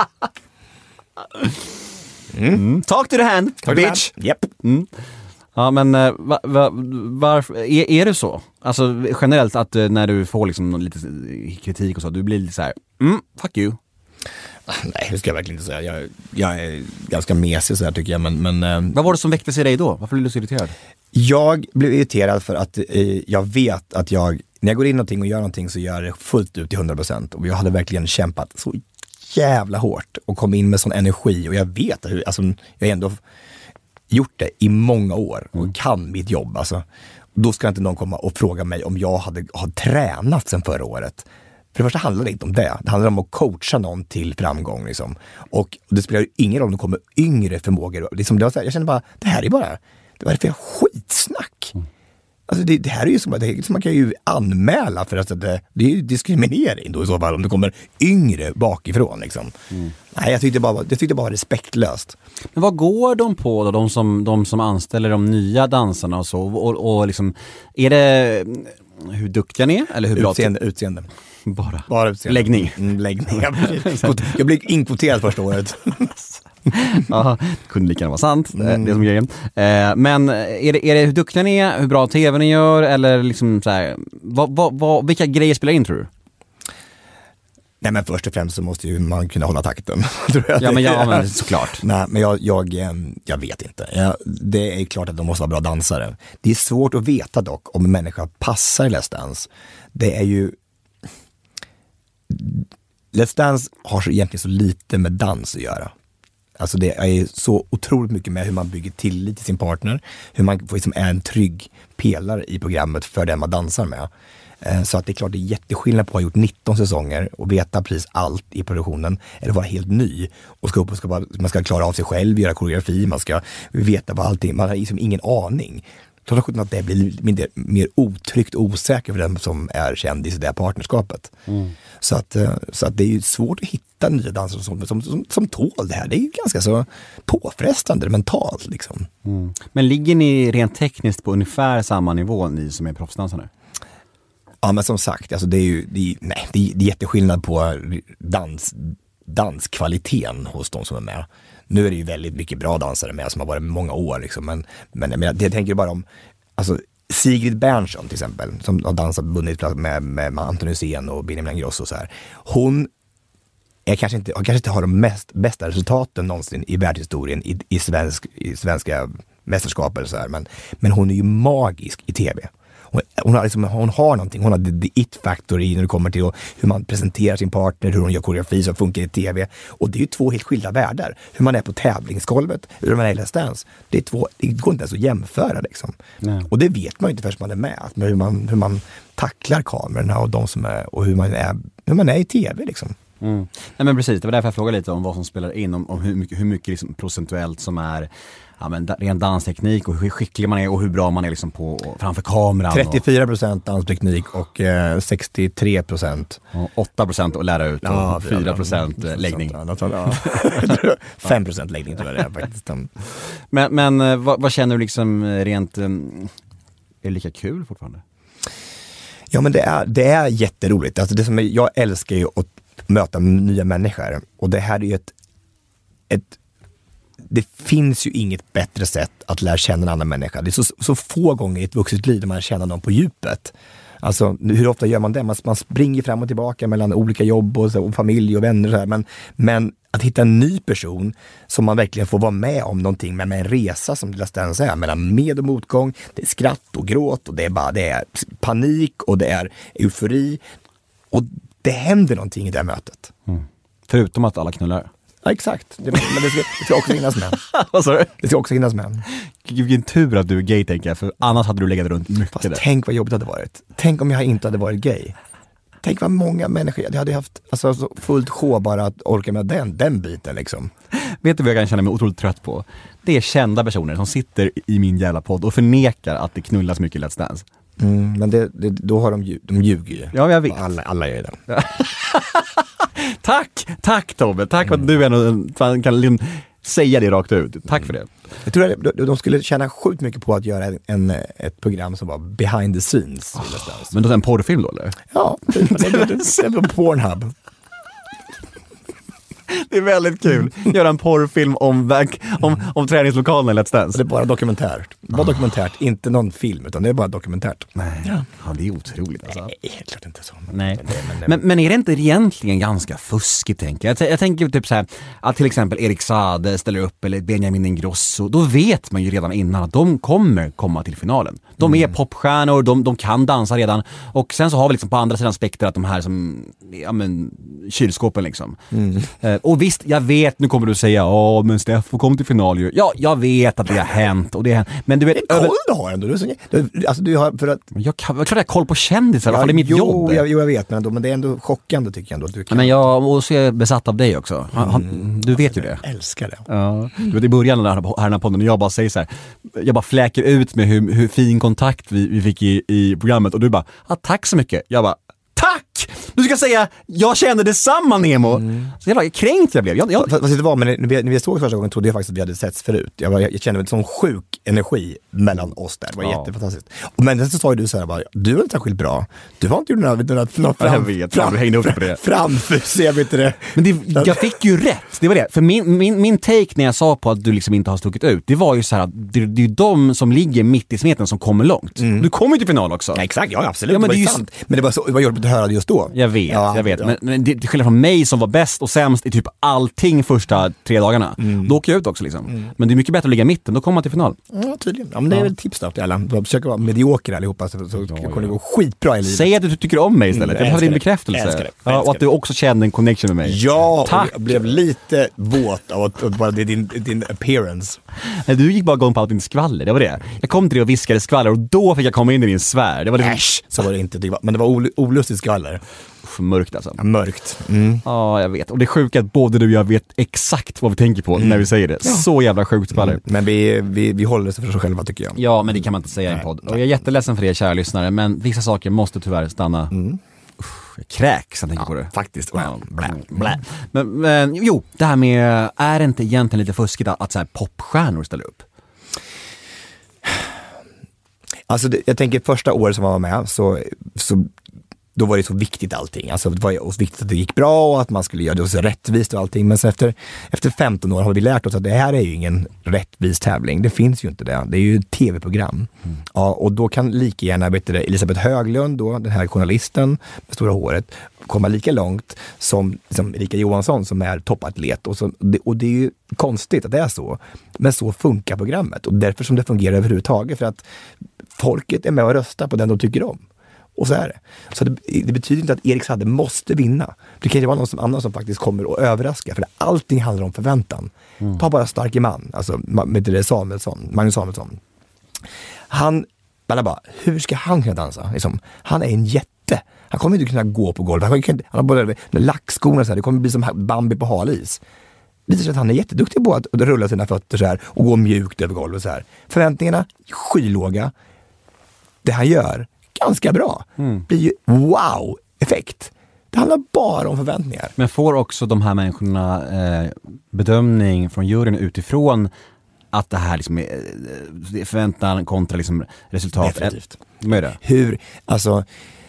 Talk to the hand, bitch! Japp. Ja, men varför är det så? Alltså generellt att när du får liksom lite kritik och så, du blir lite så här, fuck you. Nej, det ska jag verkligen inte säga. Jag är ganska mesig så här tycker jag. Men vad var det som väcktes i dig då? Varför blev du så irriterad? Jag blev irriterad för att jag vet att när jag går in någonting och gör någonting så gör jag det fullt ut till 100%. Och jag hade verkligen kämpat så jävla hårt och kom in med sån energi. Och jag vet hur, alltså, jag har ändå gjort det i många år och kan mitt jobb. Alltså. Då ska inte någon komma och fråga mig om jag har tränat sedan förra året. För det första handlar det inte om det. Det handlar om att coacha någon till framgång. Liksom. Och det spelar ju ingen roll om det kommer yngre förmågor. Liksom, jag känner bara, det här är bara, det var för skitsnack. Alltså det här är ju som man kan ju anmäla för att det är ju diskriminering då i så fall om det kommer yngre bakifrån. Liksom. Nej, jag tyckte bara var respektlöst. Men vad går de på då, de som anställer de nya dansarna och så? Och liksom, är det hur duktiga ni är? Eller hur bra utseende. Bara utseende. Läggning. Läggning. Jag blev inkvoterad första året. Ja, det kunde lika gärna vara sant, det är som grejen. Men är det hur duktiga ni är, hur bra tv ni gör, eller liksom så här, vilka grejer spelar in tror du? Nej, men först och främst så måste ju man kunna hålla takten. Ja, men såklart. Nej, men jag vet inte. Det är klart att de måste vara bra dansare. Det är svårt att veta dock om en människa passar i Let's Dance. Det är ju... Let's Dance har egentligen så lite med dans att göra. Alltså det är så otroligt mycket med hur man bygger tillit till sin partner. Hur man får liksom är en trygg pelare i programmet för den man dansar med. Så att det är klart det är jätteskillnad på att ha gjort 19 säsonger och veta precis allt i produktionen eller vara helt ny och man ska klara av sig själv, göra koreografi, man ska veta vad allting, man har liksom ingen aning. Då tror jag att det blir mer otryggt och osäkert för den som är känd i det partnerskapet. Så att det är ju svårt att hitta nya dansare som tål det här. Det är ju ganska så påfrestande mentalt liksom. Men ligger ni rent tekniskt på ungefär samma nivå, ni som är proffsdansare? Ja, men som sagt, alltså det är jätteskillnad på danskvaliteten hos de som är med. Nu är det ju väldigt mycket bra dansare med som har varit med många år liksom, men jag tänker bara om alltså Sigrid Bernson till exempel som har dansat vunnit med Anton Hussein och Benjamin Ingrosso och så här. Hon kanske inte har de bästa resultaten någonsin i världshistorien i svenska mästerskap eller så här. Men hon är ju magisk i tv. Hon har någonting, hon har the it factor i när det kommer till hur man presenterar sin partner, hur hon gör koreografi som funkar i tv. Och det är ju två helt skilda världar. Hur man är på tävlingsgolvet, hur man är i Let's Dance. Det går inte ens att jämföra liksom. Nej. Och det vet man ju inte förrän man är med. Hur man tacklar kamerorna och de som är, och hur man är i tv liksom. Nej men precis, det var därför jag frågade lite om vad som spelar in, om hur mycket liksom procentuellt som är ren dansteknik och hur skicklig man är och hur bra man är liksom på framför kameran. 34% dansteknik och 63%. Och 8% att lära ut och 4% läggning. 5% läggning tror jag det är faktiskt. Men vad känner du liksom rent, är det lika kul fortfarande? Ja men det är jätteroligt. Alltså jag älskar ju att möta nya människor och det här är ju det finns ju inget bättre sätt att lära känna en annan människa. Det är så få gånger i ett vuxet liv där man känner någon på djupet. Alltså hur ofta gör man det? Man springer fram och tillbaka mellan olika jobb och familj och vänner och så här. Men att hitta en ny person som man verkligen får vara med om någonting med en resa som Let's Dance är, mellan med- och motgång, det är skratt och gråt och det är panik och det är eufori och det händer någonting i det mötet. Förutom att alla knullar. Ja, exakt. Men det ska också hinnas med. Vad sa du? Det ska också hinnas med. Vilken tur att du är gay, tänker jag, för annars hade du legat runt mycket. Fast tänk vad jobbigt det hade varit. Tänk om jag inte hade varit gay. Tänk vad många människor jag hade haft så fullt sjå bara att orka med den biten liksom. Vet du vad jag kan känna mig otroligt trött på? Det är kända personer som sitter i min jävla podd och förnekar att det knullas mycket i Let's Dance. Men då har de ljuger ju. Ja, jag vet. Alla gör det. Tack Tobbe, tack för att du ändå kan säga det rakt ut. Tack för det. Jag tror att de skulle tjäna sjukt mycket på att göra ett program som var behind the scenes. Men då är det en porrfilm då eller? Ja, det är på Pornhub. Det är väldigt kul. Göra en porrfilm om träningslokalen i Let's Dance. Det är bara dokumentärt. Bara dokumentärt, inte någon film utan det är bara dokumentärt. Nej, ja, det är otroligt alltså. Nej, helt klart inte så. Nej. Men är det inte egentligen ganska fuskigt, tänker jag? Jag tänker typ så här att till exempel Erik Saade ställer upp eller Benjamin Ingrosso, då vet man ju redan innan att de kommer komma till finalen. De är popstjärnor, de kan dansa redan och sen så har vi liksom på andra sidan spektrat de här som kylskåpen liksom. Och visst, jag vet, nu kommer du säga men Steffo kom till final ju. Ja, jag vet att det har hänt och det har hänt. Men du vet, det är koll du har ändå. Du har för att jag tror jag har koll på kändisar, för det är mitt jobb. Jag vet, men det är ändå chockande tycker jag ändå att du kan. Men jag så är jag besatt av dig också. Du vet ju det. Jag älskar det. Ja. Du vet, i början av den här podden, jag bara säger så här, jag bara fläker ut med hur fin kontakt vi fick i programmet och du bara, tack så mycket. Jag bara, tack! Du ska säga, jag känner detsamma Nemo. Så jävla kränkt jag blev. Fast det var, men när vi såg första gången trodde jag faktiskt att vi hade setts förut. Jag kände en sån sjuk energi mellan oss där. Det var jättefantastiskt. Men så sa ju du så här, bara, du var inte särskilt bra. Du har inte gjort några jag vet, du hängde upp på det. Framför, jag vet inte det. Men jag fick ju rätt, det var det. För min take när jag sa på att du liksom inte har stuckit ut, det var ju så här att det är ju de som ligger mitt i smeten som kommer långt. Du kommer ju till final också. Ja, exakt, ja absolut. Ja, men det var sant. Men det var jobbigt att höra det just då. Jag vet. Men det skiljer från mig som var bäst och sämst i typ allting första 3 dagarna. Då åker jag ut också liksom. Men det är mycket bättre att ligga i mitten, då kommer man till final. Ja, tydligen. Ja, men det är väl ett tips då till alla. Försöker vara mediokra allihopa så kommer det gå skitbra i livet. Säg att du tycker om mig istället. Jag behöver din bekräftelse. Och att du också kände en connection med mig. Ja, tack. Jag blev lite våt av att bara din appearance. Nej, du gick bara igång på allt din skvaller, det var det. Jag kom till dig och viskade skvaller och då fick jag komma in i din sfär. Det var liksom... Äsch, så var det inte. Men det var olustigt skvaller. Mörkt alltså. Ja, mörkt. Ja, jag vet. Och det är sjukt att både du och jag vet exakt vad vi tänker på när vi säger det. Ja. Så jävla sjukt skvaller. Men vi håller det för oss själva tycker jag. Ja, men det kan man inte säga i en podd. Och jag är jätteledsen för er kära lyssnare, men vissa saker måste tyvärr stanna. Jag kräks, jag tänker på det. Faktiskt. Blä. Men jo, det här med, är det inte egentligen lite fuskigt att så här popstjärnor ställer upp? Alltså jag tänker första året som man var med så då var det så viktigt allting. Alltså det var så viktigt att det gick bra och att man skulle göra det så rättvist och allting. Men sen efter 15 år har vi lärt oss att det här är ju ingen rättvis tävling. Det finns ju inte det. Det är ju ett tv-program. Ja, och då kan lika gärna Elisabeth Höglund, då, den här journalisten med stora håret, komma lika långt som Erika Johansson som är toppatlet. Och det är ju konstigt att det är så. Men så funkar programmet. Och därför som det fungerar överhuvudtaget. För att folket är med och röstar på den de tycker om. Och så är det. Så det betyder inte att Erik Saade måste vinna. Det kan ju vara någon annan som faktiskt kommer att överraska. För allting handlar om förväntan. Ta bara Starke man. Alltså med det Magnus Samuelsson. Han bara, hur ska han kunna dansa? Liksom, han är en jätte. Han kommer inte kunna gå på golvet. Han har både lackskorna så här. Det kommer bli som Bambi på halis. Det visar sig att han är jätteduktig på att rulla sina fötter så här och gå mjukt över golvet så här. Förväntningarna skylåga. Det han gör ganska bra. Blir ju wow-effekt. Det handlar bara om förväntningar. Men får också de här människorna bedömning från juryn utifrån att det här liksom är förväntan kontra liksom resultat? Definitivt. Med det? Hur, alltså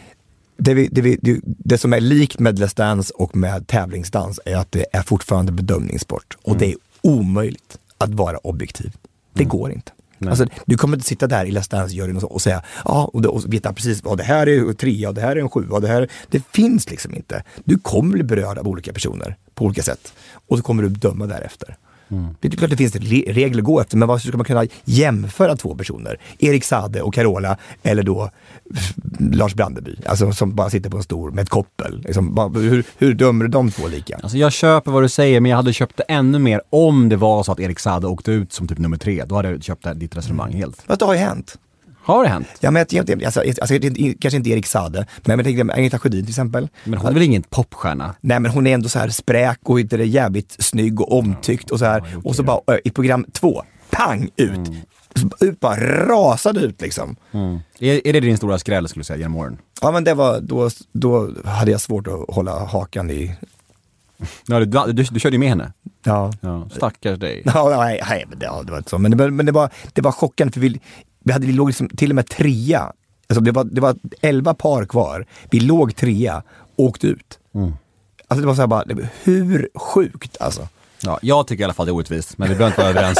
det som är likt med Let's Dance och med tävlingsdans är att det är fortfarande bedömningssport. Och det är omöjligt att vara objektiv. Det går inte. Alltså, du kommer inte sitta där i Let's Dance-juryn och säga och veta precis vad det här är 3 och det här är en 7 och det här. Det finns liksom inte. Du kommer bli berörd av olika personer på olika sätt. Och så kommer du döma därefter. Det är klart det finns regler att gå efter, men vad ska man kunna jämföra 2 personer? Erik Saade och Carola, eller då Lars Brandeby, alltså som bara sitter på en stor med ett koppel. Liksom, hur dömer du de 2 lika? Alltså jag köper vad du säger, men jag hade köpt det ännu mer om det var så att Erik Saade åkte ut som typ nummer 3. Då hade jag köpt ditt resonemang helt. Fast det har ju hänt. Har det hänt? Ja, men kanske inte Erik Saade, men jag tänkte Agneta Sjödin till exempel. Men hon är väl ingen popstjärna? Nej, men hon är ändå så här spräk och inte det jävligt snygg och omtyckt och så här. Och så bara i program 2, pang ut. Ut bara rasade ut liksom. Är det din stora skräll skulle du säga genom åren? Ja, men det var då hade jag svårt att hålla hakan i. Ja, du körde ju med henne. Ja. Stackars dig. Ja, nej, men det var inte så. Men det var chockande för vi låg liksom till och med 3. Alltså det var 11 par kvar. Vi låg 3, åkte ut. Alltså det var så här bara, hur sjukt alltså. Ja, jag tycker i alla fall det är orättvist, men vi behöver inte vara överens.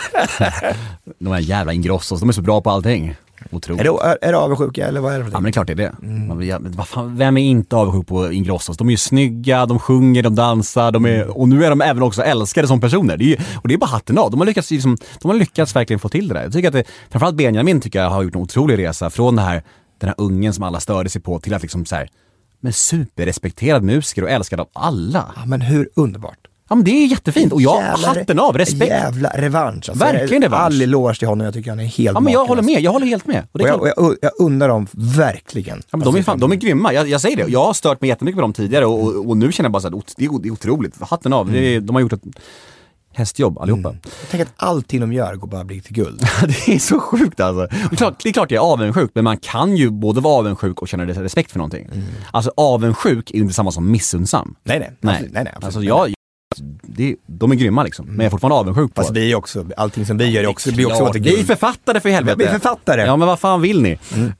De här jävla Ingrossos, de är så bra på allting. Otroligt. Är det avundsjuka eller vad är det för Ja, men det är klart det är det. Vem är inte avundsjuk på Ingrossos? De är ju snygga, de sjunger, de dansar, och nu är de även också älskade som personer. Och det är bara hatten av. De har lyckats verkligen få till det där. Jag tycker att framförallt Benjamin tycker jag har gjort en otrolig resa från den här ungen som alla störde sig på till att liksom så här, men superrespekterad musiker och älskad av alla. Ja, men hur underbart. Ja, men det är jättefint. Och jag hatten av, respekt. Jävla revansch. Alltså, verkligen revansch. All eloge till honom, jag tycker han är helt men jag håller med, jag håller helt med. Och jag undrar dem verkligen. Ja, men de är grymma, jag säger det. Jag har stört mig jättemycket på dem tidigare och nu känner jag bara så att det är otroligt. Hatten av, de har gjort ett hästjobb allihopa. Jag tänker att allting de gör går bara bli till guld. Det är så sjukt alltså. Det är klart jag är avundsjuk, men man kan ju både vara avundsjuk och känna respekt för någonting. Alltså avundsjuk är ju inte samma som missundsam. Nej. Alltså de är grymma liksom. Men jag är fortfarande avundsjuk på. Fast vi är också, allting som vi gör också, blir också åt vi är författare för helvete. Vi är författare. Ja, men vad fan vill ni?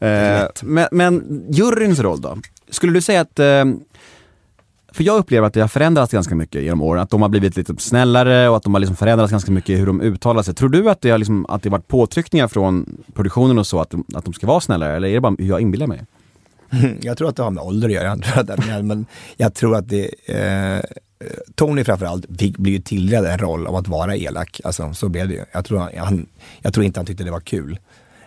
Men juryns roll då? Skulle du säga att för jag upplever att det har förändrats ganska mycket genom åren. Att de har blivit lite snällare och att de har liksom förändrats ganska mycket hur de uttalar sig. Tror du att det har varit påtryckningar från produktionen och så att de ska vara snällare? Eller är det bara hur jag inbillar mig? Jag tror att det har med ålder att göra. Men jag tror att det Tony framförallt blev ju tilldelad en roll av att vara elak. Alltså, så blev det ju. Jag tror inte han tyckte det var kul.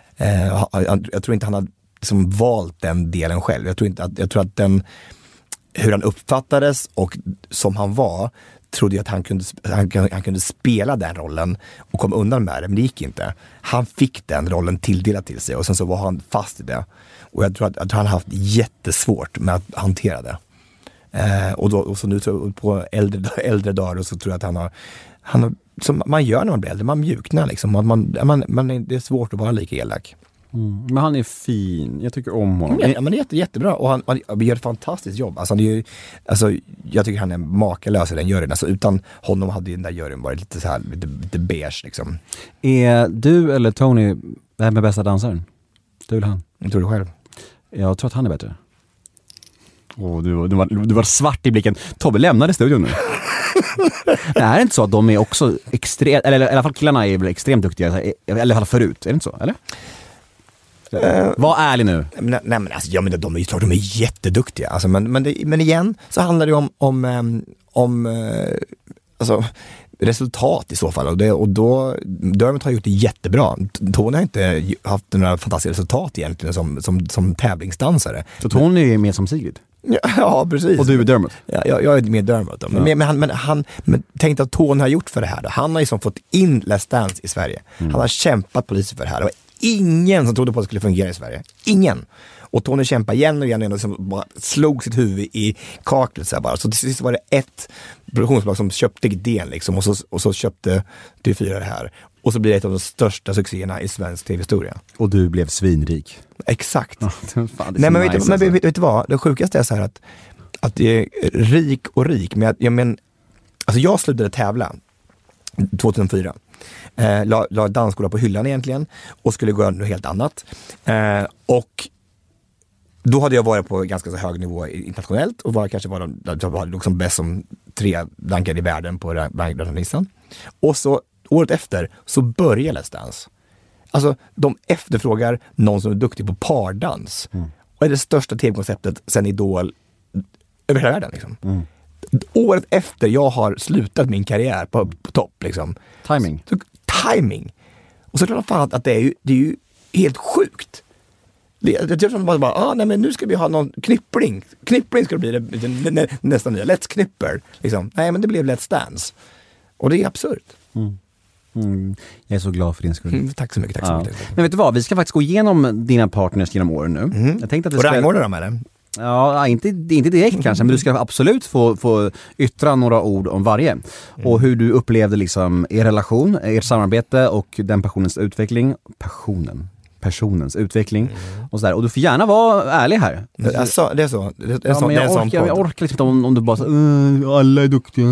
Jag tror inte han hade liksom valt den delen själv. Jag tror att hur han uppfattades och som han var, trodde jag att han kunde spela den rollen och komma undan med det, men det gick inte. Han fick den rollen tilldelad till sig och sen så var han fast i det. Och jag tror att han haft jättesvårt med att hantera det. Och så nu på äldre dagar så tror jag att han har som man gör när man blir äldre, man mjuknar liksom. Det är svårt att vara lika elak. Men han är fin, jag tycker om honom. Ja, men det är jättebra och han gör ett fantastiskt jobb. Alltså, jag tycker han är makalös i den juryn. Alltså, utan honom hade ju den där juryn varit lite så här, lite beige liksom. Är du eller Tony vem är bästa dansaren? Du eller han? Jag tror du själv. Jag tror att han är bättre. Du var svart i blicken. Tobbe lämnade studion nu. Det är inte så att de är också extremt, eller i alla fall killarna är väl extremt duktiga, i alla fall förut, är det inte så, eller? Var ärlig nu. Nej men alltså, ja, men de är jätteduktiga. Alltså, men igen så handlar det om alltså, resultat i så fall. Och då Dermot har gjort det jättebra. Tony har inte haft några fantastiska resultat egentligen som tävlingsdansare. Så Tony är mer som Sigrid? Ja, precis. Och du är Dermot? Ja, jag är med Dermot. Men tänk att Tony har gjort för det här. Då. Han har ju fått in Let's Dance i Sverige. Han har kämpat på lite för det här. Det var ingen som trodde på att det skulle fungera i Sverige. Ingen. Och Tony kämpade igen och igen och bara slog sitt huvud i kaklet så här bara. Så till sist var det ett produktionsbolag som köpte idén liksom, och så köpte TV4 det här. Och så blir det ett av de största succéerna i svensk tv-historia. Och du blev svinrik. Exakt. Fan, nej men vet du vad? Det sjukaste är så här att det är rik och rik. Men jag slutade tävla 2004. La dansskola på hyllan egentligen och skulle gå något helt annat. Och då hade jag varit på ganska så hög nivå internationellt och var liksom bäst som 3 rankade i världen på rankningslistan. Och så året efter så börjar Let's Dance. Alltså de efterfrågar någon som är duktig på pardans. Och är det största tv-konceptet sen Idol över hela världen liksom. Året efter jag har slutat min karriär på topp liksom. Timing. Och så klart fan att det är ju helt sjukt. Jag tror att man bara, nej men nu ska vi ha någon knippling. Knippling ska det bli nästan nya. Let's knipper. Liksom. Nej men det blev Let's Dance. Och det är absurt. Jag är så glad för din skull. Tack så mycket. Men vet du vad, vi ska faktiskt gå igenom dina partners genom åren nu. Jag tänkte att och rangordna dem eller? Ja, inte direkt kanske, men du ska absolut få yttra några ord om varje. Och hur du upplevde liksom er relation, ert samarbete och den personens utveckling. Personens utveckling och sådär. Och du får gärna vara ärlig här. Alltså, det är så. Jag orkar liksom inte om du bara alla är duktiga.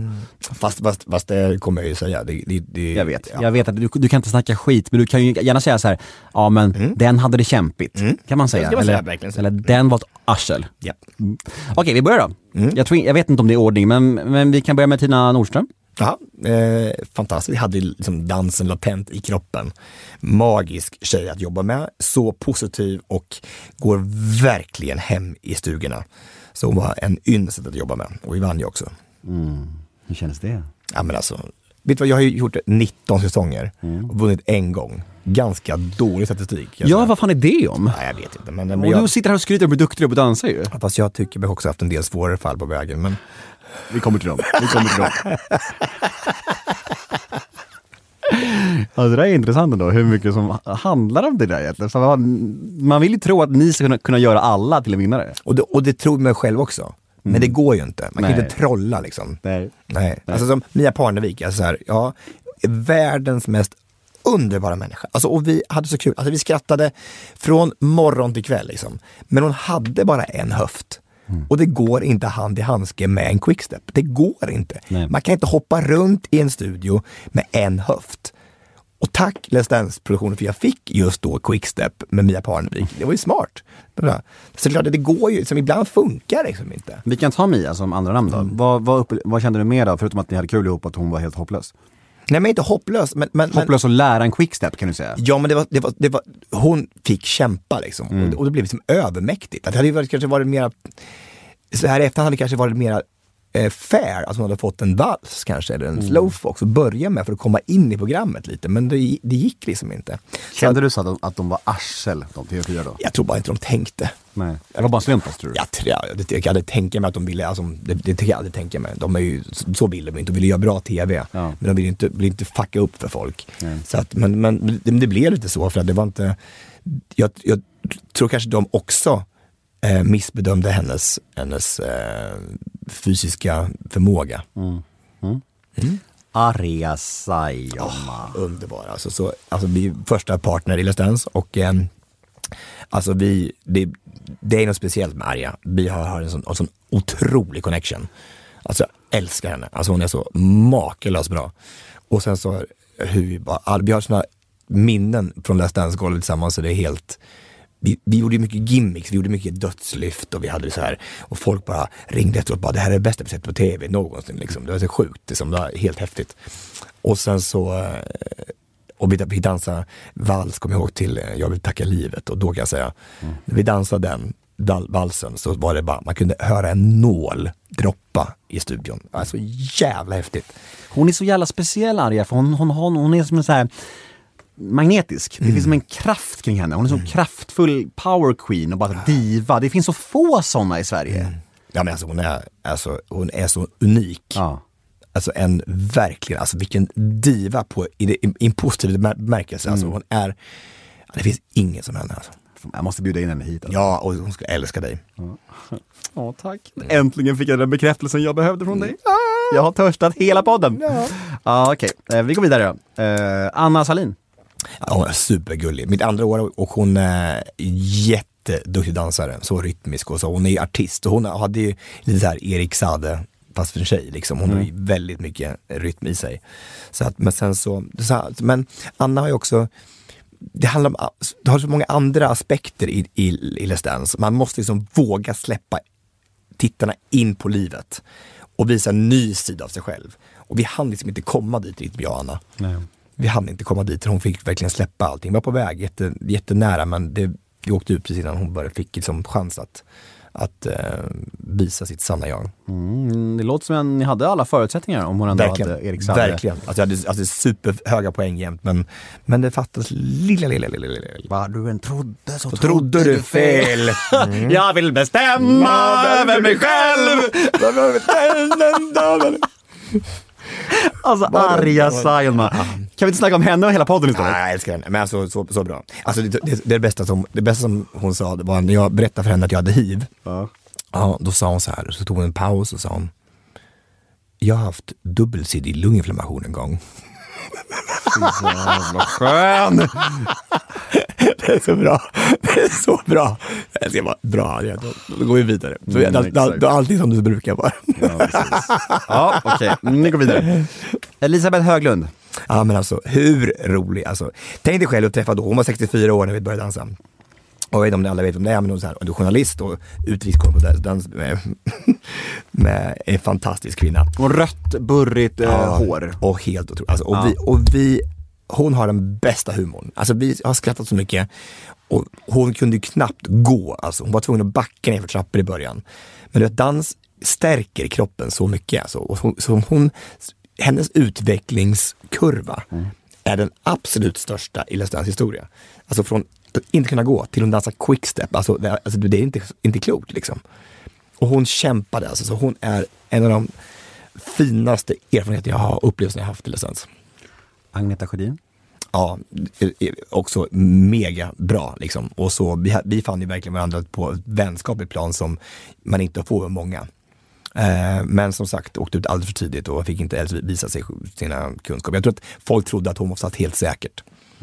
Fast det kommer jag ju säga. Jag vet att du kan inte snacka skit, men du kan ju gärna säga så här, ja men den hade det kämpigt. Kan man säga. Eller den var ett arsel. Ja. Okej, vi börjar då. Jag vet inte om det är ordning, men vi kan börja med Tina Nordström. Ja, fantastiskt. Vi hade liksom dansen latent i kroppen. Magisk tjej att jobba med. Så positiv och går verkligen hem i stugorna. Så hon var en ynnest att jobba med. Och vi vann ju också. Hur känns det? Ja men alltså, vet du vad, jag har ju gjort 19 säsonger och vunnit en gång. Ganska dålig statistik. Ja, vad fan är det om? Nej, jag vet inte. Men du sitter här och skryter och blir duktig och dansar ju. Fast jag tycker vi också haft en del svårare fall på vägen. Men vi kommer till dem. Alltså det är intressant ändå, hur mycket som handlar om det där egentligen. Så man vill ju tro att ni ska kunna göra alla till en vinnare. Och det tror man själv också. Men det går ju inte. Man kan inte trolla liksom. Nej. Alltså som Mia Parnevik, alltså så här, världens mest underbara människa. Alltså, och vi hade så kul. Alltså vi skrattade från morgon till kväll liksom. Men hon hade bara en höft. Och det går inte hand i handske med en quickstep. Det går inte. Nej. Man kan inte hoppa runt i en studio med en höft. Och tack Let's Dance-produktionen för jag fick just då quickstep med Mia Parnevik. Det var ju smart. Så klart, det går ju, som ibland funkar liksom inte. Vi kan ta Mia som andra namn då. Vad kände du mer då? Förutom att ni hade kul ihop, att hon var helt hopplös. Nej men inte hopplös. Men hopplös att lära en quickstep kan du säga. Ja men det var hon fick kämpa liksom. Och det blev liksom övermäktigt. Att det hade kanske varit mer, så här i efterhand hade det kanske varit mer fair, alltså hon hade fått en vals kanske, eller en slowfox och börja med för att komma in i programmet lite, men det gick liksom inte. Kände du så att de var arsel, de TV4 då? Jag tror bara inte de tänkte. Nej, det var bara slumpas tror du? Jag hade tänkt mig att de ville, alltså, det jag hade tänkt mig. De är ju, så ville de inte, de ville göra bra TV, men de ville inte fucka upp för folk. Så att, men det blev lite så, för att det var inte, jag tror kanske de också missbedömde hennes fysiska förmåga. Arja Saijonmaa. Underbar. Alltså vi är första partner i Let's Dance och alltså det är något speciellt med Arja. Vi har en sån otrolig connection. Alltså jag älskar henne. Alltså hon är så makalöst bra. Och sen så vi har såna minnen från Let's Dance-golvet tillsammans, så det är helt vi gjorde mycket gimmicks, vi gjorde mycket dödslyft och vi hade det så här, och folk bara ringde efteråt och bara, det här är det bästa vi sett på tv någonsin liksom. Det var så sjukt, det var helt häftigt. Och sen så och vi dansade vals, kom jag ihåg, till Jag vill tacka livet, och då kan jag säga, när vi dansade den valsen så var det bara, man kunde höra en nål droppa i studion. Alltså jävla häftigt. Hon är så jävla speciell, Arja, för hon är som en så här magnetisk. Det finns som en kraft kring henne. Hon är så kraftfull power queen och bara diva. Det finns så få sådana i Sverige. Ja, men hon är så unik. Ja. Alltså verkligen, alltså vilken diva i en positiv bemärkelse. Alltså hon är, det finns ingen som henne alltså. Jag måste bjuda in henne hit. Alltså. Ja, och hon ska älska dig. Ja, tack. Äntligen fick jag den bekräftelsen jag behövde från dig. Jag har törstat hela podden. Okej. Vi går vidare då. Anna Salin. Ja, hon är supergullig. Mitt andra år, och hon är jätteduktig dansare. Så rytmisk, och så. Hon är artist, och hon hade ju lite så här Erik Saade fast för en tjej liksom. Hon har ju väldigt mycket rytm i sig. Så att, men sen men Anna har ju också, det har så många andra aspekter i Let's Dance. Man måste liksom våga släppa tittarna in på livet och visa en ny sida av sig själv. Och vi hann liksom inte komma dit riktigt, jag och Anna. Nej. Vi hann inte komma dit. Hon fick verkligen släppa allting. Vi var på väg jättenära, men vi åkte ut precis innan hon fick liksom chans att visa sitt sanna jag. Det låter som att ni hade alla förutsättningar om hon ändå verkligen, hade Erik Saade. Verkligen. Alltså jag hade superhöga poäng jämt, men det fattas lilla. Vad du än trodde så trodde du fel. Jag vill bestämma över mig själv. Alltså Arja Saijonmaa. Kan vi inte snacka om henne och hela podden istället? Nej, jag älskar henne. Men alltså så bra. Alltså det bästa som hon sa, det var när jag berättade för henne att jag hade HIV. Ja, då sa hon så här, så tog hon en paus och sa hon, jag har haft dubbelsidig lunginflammation en gång. Vad skön. Det är så bra. Det är så bra. Det ska vara bra. Då går vi vidare. Så det är alltid som du brukar vara. Ja, okej. Nu går vi vidare. Elisabeth Höglund. Ja, men alltså, hur rolig. Alltså, tänk dig själv att träffa då. Hon var 64 år när vi började dansa. Och jag vet inte om ni alla vet om det är, men hon är journalist och utrikeskår på dans med en fantastisk kvinna. Och rött, burrigt hår. Och helt otroligt. Alltså, hon har den bästa humorn. Alltså vi har skrattat så mycket. Och hon kunde ju knappt gå. Alltså, hon var tvungen att backa ner för trappor i början. Men det dans stärker kroppen så mycket. Alltså. Och hennes utvecklingskurva är den absolut största i Let's Dance historia. Alltså från att inte kunna gå till att dansa quickstep. Alltså det är inte klokt liksom. Och hon kämpade. Alltså, så hon är en av de finaste erfarenheter jag har upplevt när jag haft i Let's Dance. Agneta Sjödin? Ja, också mega bra liksom. Och så vi fann ju verkligen varandra på ett vänskapligt plan som man inte får med många. Men som sagt, åkte ut alldeles för tidigt och fick inte ens visa sig sina kunskaper. Jag tror att folk trodde att hon var satt helt säkert.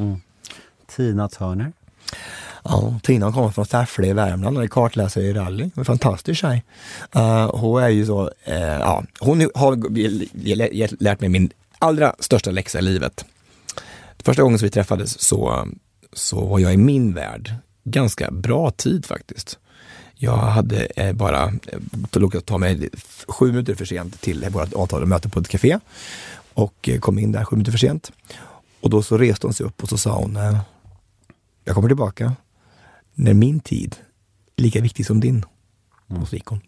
Tina Turner? Ja, Tina kommer från Säffle i Värmland och är kartläsare i rally. En fantastisk tjej. Hon är ju så, hon har lärt mig min allra största läxa i livet. Första gången som vi träffades så var jag i min värld ganska bra tid faktiskt. Jag hade bara råkat ta mig 7 minuter för sent till vårt avtalade möte på ett café och kom in där 7 minuter för sent. Och då så reste hon sig upp och så sa hon, jag kommer tillbaka när min tid är lika viktig som din. Och så gick hon.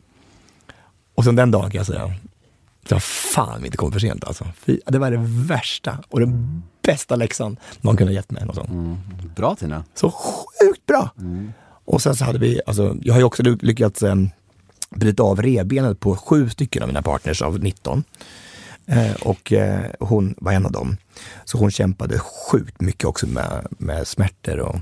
Och sen den dagen kan jag säga, så fan vi inte kom för sent alltså. Det var det värsta och den bästa läxan någon kunde ha gett mig. Bra Tina. Så sjukt bra. Och sen så hade vi, alltså, jag har ju också lyckats bryta av revbenet på 7 stycken av mina partners av 19. Och hon var en av dem. Så hon kämpade sjukt mycket också med smärtor och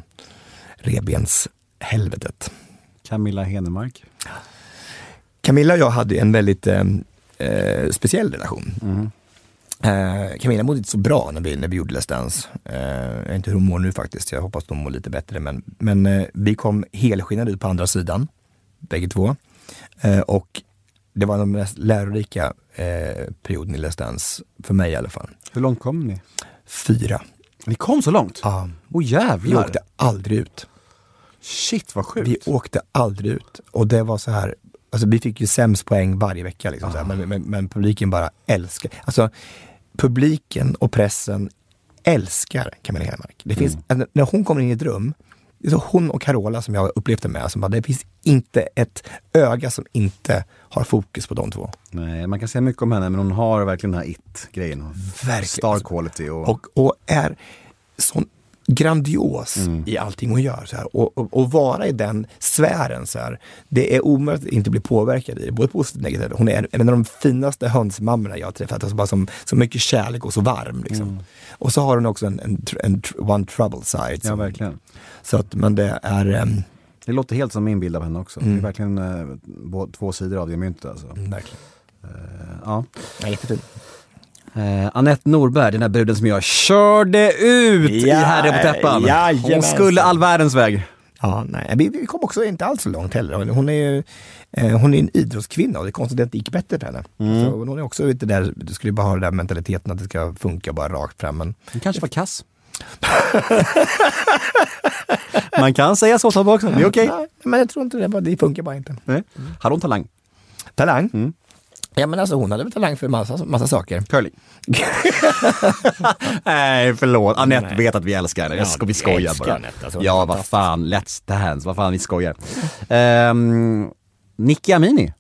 revbenshelvetet. Camilla Henemark? Camilla och jag hade en väldigt speciell relation. Camilla mådde inte så bra när vi gjorde Let's Dance. Jag vet inte hur hon mår nu faktiskt. Jag hoppas att hon mår lite bättre. Men vi kom helskinnade ut på andra sidan. Bägge två. Och det var den mest lärorika perioden i Let's Dance. För mig i alla fall. Hur långt kom ni? 4. Ni kom så långt? Ja. Jävlar. Vi åkte aldrig ut. Shit, vad sjukt. Vi åkte aldrig ut. Och det var så här, alltså vi fick ju sämst poäng varje vecka liksom, så här, men publiken bara älskar. Alltså publiken och pressen älskar Camilla Henemark. Det finns, när hon kommer in i ett rum, så hon och Carola som jag upplevde med, som bara, det finns inte ett öga som inte har fokus på de två. Nej, man kan säga mycket om henne, men hon har verkligen den här it-grejen. Verkligen. Star quality. Och är sån grandios i allting hon gör. Så här. Och vara i den sfären. Så här. Det är omöjligt att inte bli påverkad i det. Både positivt och negativt. Hon är en av de finaste hönsmammorna jag har träffat. Alltså bara så mycket kärlek och så varm. Liksom. Och så har hon också en one trouble side. Ja, verkligen. Så att, men det är... det låter helt som min bild av henne också. Det är verkligen två sidor av det myntet. Alltså. Verkligen. Ja. Jättefint. Anette Norberg, den här bruden som jag körde ut i Herre på täppan. Hon skulle all världens väg. Ja, nej. Vi kom också inte alls så långt heller. Hon är en idrottskvinna och det är konstigt att det inte gick bättre för henne. Så hon är också lite där, du skulle bara ha den där mentaliteten att det ska funka bara rakt fram. Men hon kanske var kass. Man kan säga så som också, det är okej. Nej, men jag tror inte det funkar bara inte. Nej. Hade hon talang? Talang? Ja, men alltså hon hade väl talang för massa saker. Curling. Nej, förlåt. Anette vet att vi älskar henne. Vi skojar bara. Anette, alltså, ja, vad fan. Let's dance. Vad fan, vi skojar. Nicky Amini.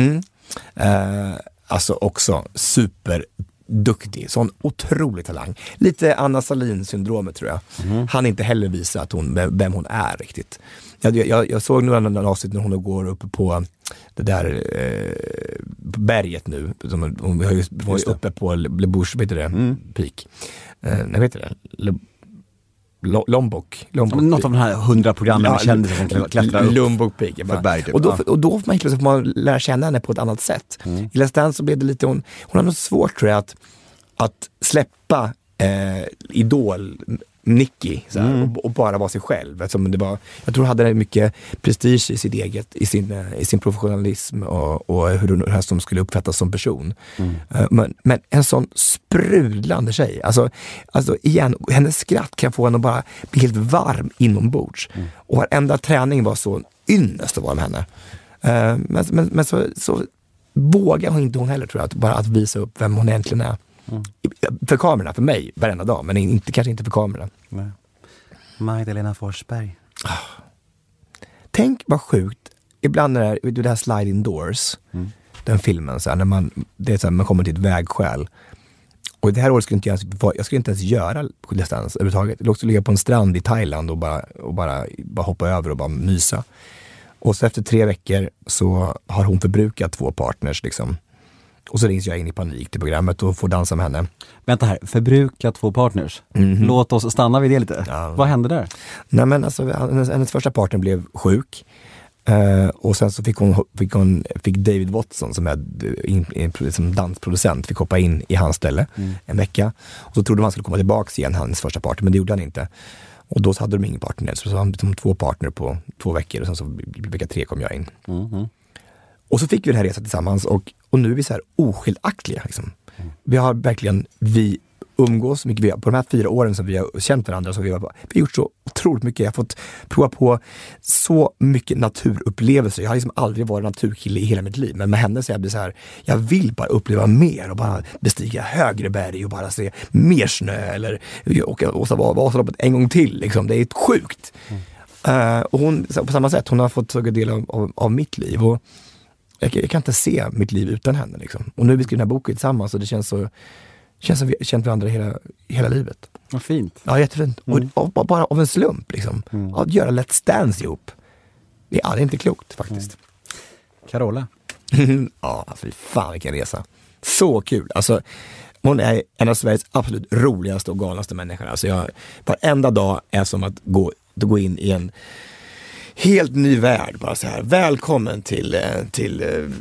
Alltså också superduktig. Sån otrolig talang. Lite Anna Salin-syndromet tror jag. Han inte heller visar att vem hon är riktigt. Jag såg nu en avsnitt när hon går upp på det där berget nu. Hon var uppe på Le Bouche, vet du det? Peak. Jag vet det. Lombok. Något av de här 100 programmen med kändisar som klättrar upp. Lombok Peak. Typ. Och då får man lära känna henne på ett annat sätt. I Let's Dance så blev det lite, hon har något svårt tror jag att släppa idol Nicky så här, och bara vara sig själv. Eftersom det var, jag tror hon hade mycket prestige i sitt eget, i sin professionalism och hur som skulle uppfattas som person. Men en sån sprudlande tjej. Alltså igen, hennes skratt kan få henne att bara bli helt varm inombords. Och varenda träning var så ynnest att vara med henne. Men så vågar hon inte heller tror jag, bara att visa upp vem hon egentligen är. För kamerorna, för mig, varenda dag. Men kanske inte för kamerorna. Nej. Magdalena Forsberg. Tänk vad sjukt. Ibland när det här Sliding Doors, den filmen, så här, när man kommer till ett vägskäl. Och det här året skulle jag skulle inte ens göra Let's Dance överhuvudtaget. Jag skulle också ligga på en strand i Thailand och bara hoppa över och bara mysa. Och så efter 3 veckor så har hon förbrukat 2 partners liksom. Och så rings jag in i panik till programmet och får dansa med henne. Vänta här, förbruka 2 partners. Låt oss stanna vid det lite. Ja. Vad hände där? Nej men alltså, hennes första partner blev sjuk. Och sen så fick David Watson som är som dansproducent, fick hoppa in i hans ställe en vecka. Och så trodde man skulle komma tillbaka igen, hans första partner, men det gjorde han inte. Och då hade de ingen partner, så han hade 2 partner på 2 veckor och sen så vecka 3 kom jag in. Och så fick vi den här resan tillsammans och nu är vi så här oskiljaktiga. Liksom. Vi har verkligen, vi umgås mycket. På de här 4 åren som vi har känt varandra så vi har gjort så otroligt mycket. Jag har fått prova på så mycket naturupplevelser. Jag har liksom aldrig varit naturkille i hela mitt liv. Men med henne så jag blir så här, jag vill bara uppleva mer och bara bestiga högre berg och bara se mer snö eller åka Vasaloppet en gång till. Liksom. Det är sjukt. Och hon, på samma sätt, hon har fått ta del av mitt liv och jag kan inte se mitt liv utan henne liksom. Och nu har vi skrivit den här boken tillsammans och det känns som vi har känt varandra hela livet. Vad fint. Ja, jättefint. Och bara av en slump liksom. Att göra Let's Dance ihop. Det är inte klokt faktiskt. Carola. Ja, fy fan vilken resa. Så kul. Alltså, hon är en av Sveriges absolut roligaste och galnaste människor. Alltså varenda dag är som att gå in i en helt ny värld, bara så här. Välkommen till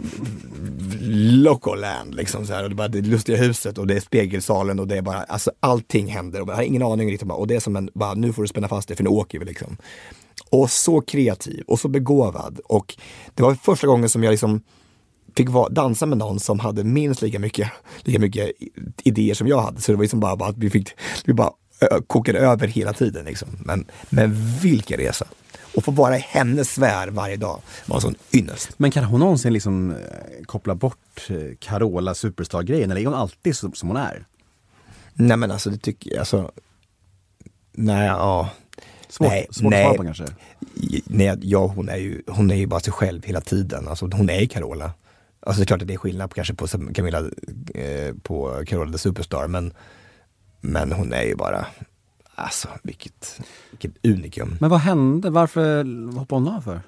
Locoland liksom så här. Och det är bara det lustiga huset och det är spegelsalen och det är bara, alltså allting händer och jag har ingen aning riktigt och det är som bara nu får du spänna fast dig för nu åker vi liksom. Och så kreativ och så begåvad och det var första gången som jag liksom fick dansa med någon som hade minst lika mycket idéer som jag hade. Så det var liksom bara att vi bara kokar över hela tiden liksom. Men vilken resa. Och få vara i hennes sfär varje dag var en sån ynnest. Men kan hon någonsin liksom koppla bort Carola Superstar-grejen? Eller är hon alltid som hon är? Nej men alltså det tycker jag, alltså... Nej, ja... Svårt att svara på kanske? Nej, ja, hon är ju bara sig själv hela tiden. Alltså hon är ju Carola. Alltså det är klart att det är skillnad kanske på Camilla, på Carola the Superstar, men hon är ju bara, alltså vilket unikum. Men vad hände? Varför hoppade hon av för?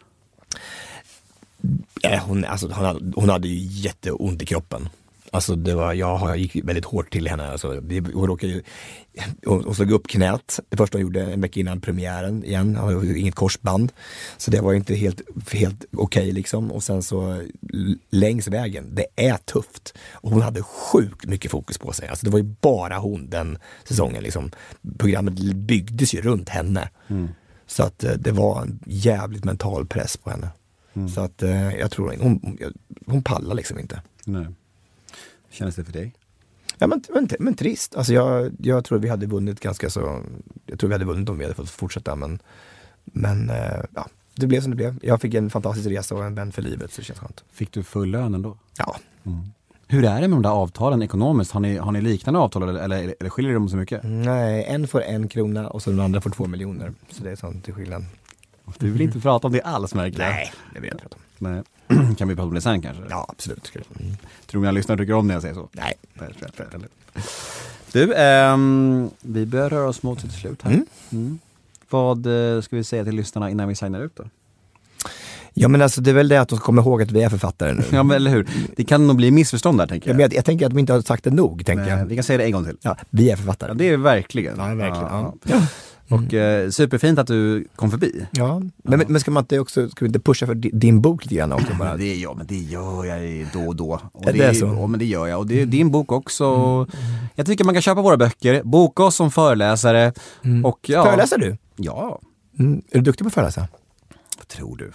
Hon hade ju jätteont i kroppen. Alltså jag gick väldigt hårt till henne. Alltså, hon slog upp knät. Det första hon gjorde en vecka innan premiären igen. Hon hade inget korsband. Så det var inte helt okej liksom. Och sen så längs vägen, det är tufft. Och hon hade sjukt mycket fokus på sig. Alltså det var ju bara hon den säsongen liksom. Programmet byggdes ju runt henne. Mm. Så att det var en jävligt mental press på henne. Mm. Så att jag tror hon pallar liksom inte. Nej. Känns det för dig? Ja men trist. Alltså jag tror vi hade vunnit ganska så. Jag tror vi hade vunnit om vi hade fått fortsätta, men ja, det blev som det blev. Jag fick en fantastisk resa och en vän för livet, så det känns skönt. Fick du full lön ändå? Ja. Mm. Hur är det med de där avtalen ekonomiskt? Har ni liknande avtal eller skiljer de så mycket? Nej, en får 1 krona och så den andra får 2 miljoner. Så det är sånt till skillnad. Du vill inte prata om det alls, märker jag. Nej, det vill jag inte prata om. Nej. Kan vi prata om det sen kanske? Ja, absolut. Mm. Tror mina lyssnare tycker om när jag säger så? Nej. Du, vi börjar röra oss mot sitt slut här. Vad ska vi säga till lyssnarna innan vi signar ut då? Ja men alltså det är väl det att de kommer ihåg att vi är författare nu. Ja men eller hur? Det kan nog bli missförstånd där, tänker jag. Ja, men jag tänker att de inte har sagt det nog, tänker jag. Vi kan säga det en gång till. Ja, vi är författare. Ja, det är verkligen. Ja, verkligen. Ja. Och superfint att du kom förbi. Ja, men ska vi inte pusha för din bok lite grann också? Bara? Det gör jag då och då. Och det är så? Ja, men det gör jag. Och det är din bok också. Jag tycker man kan köpa våra böcker, boka oss som föreläsare. Och, ja. Föreläser du? Ja. Är du duktig på att föreläsa? Vad tror du?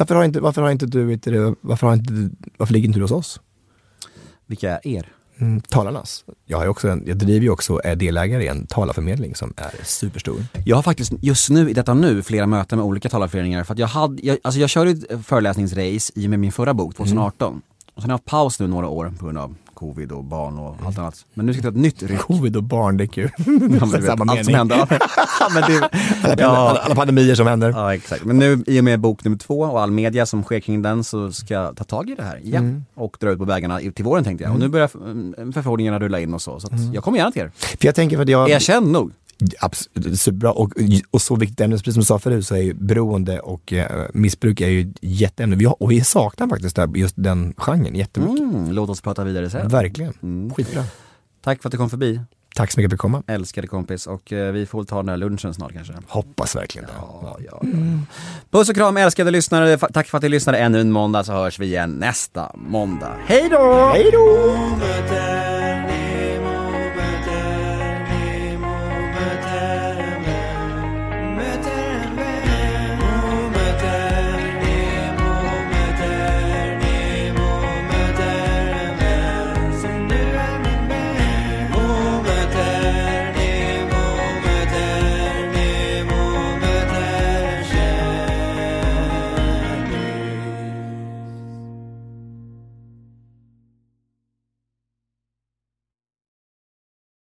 Varför ligger inte du hos oss? Vilka är er? Talarnas. Jag driver ju också, är delägare i en talarförmedling som är superstor. Jag har faktiskt just nu flera möten med olika talarföreningar, för att jag körde ett föreläsningsrace i med min förra bok 2018. Och sen har jag haft paus nu några år på grund av covid och barn och allt annat. Men nu ska jag ta ett nytt ryck. Covid och barn, det är kul. Allt som händer. Alla pandemier som händer. Ja, exakt. Men nu, i och med bok nummer 2 och all media som sker kring den, så ska jag ta tag i det här igen. Och dra ut på vägarna till våren, tänkte jag. Och nu börjar förfrågningarna rulla in och så. Så att jag kommer gärna till er. För jag tänker är jag känd nog? Absolut, superbra. Och så viktigt ämne, precis som du sa förut, så är ju beroende och missbruk är ju jätteämne. Och vi saknar faktiskt just den genren jättemycket. Låt oss prata vidare sen. Verkligen, skitbra. Tack för att du kom förbi. Tack så mycket för att komma. Älskade kompis. Och vi får ta den här lunchen snart kanske. Hoppas verkligen det. Ja. Puss och kram, älskade lyssnare. Tack för att du lyssnade ännu en måndag, så hörs vi igen nästa måndag. Hej då! Hej då!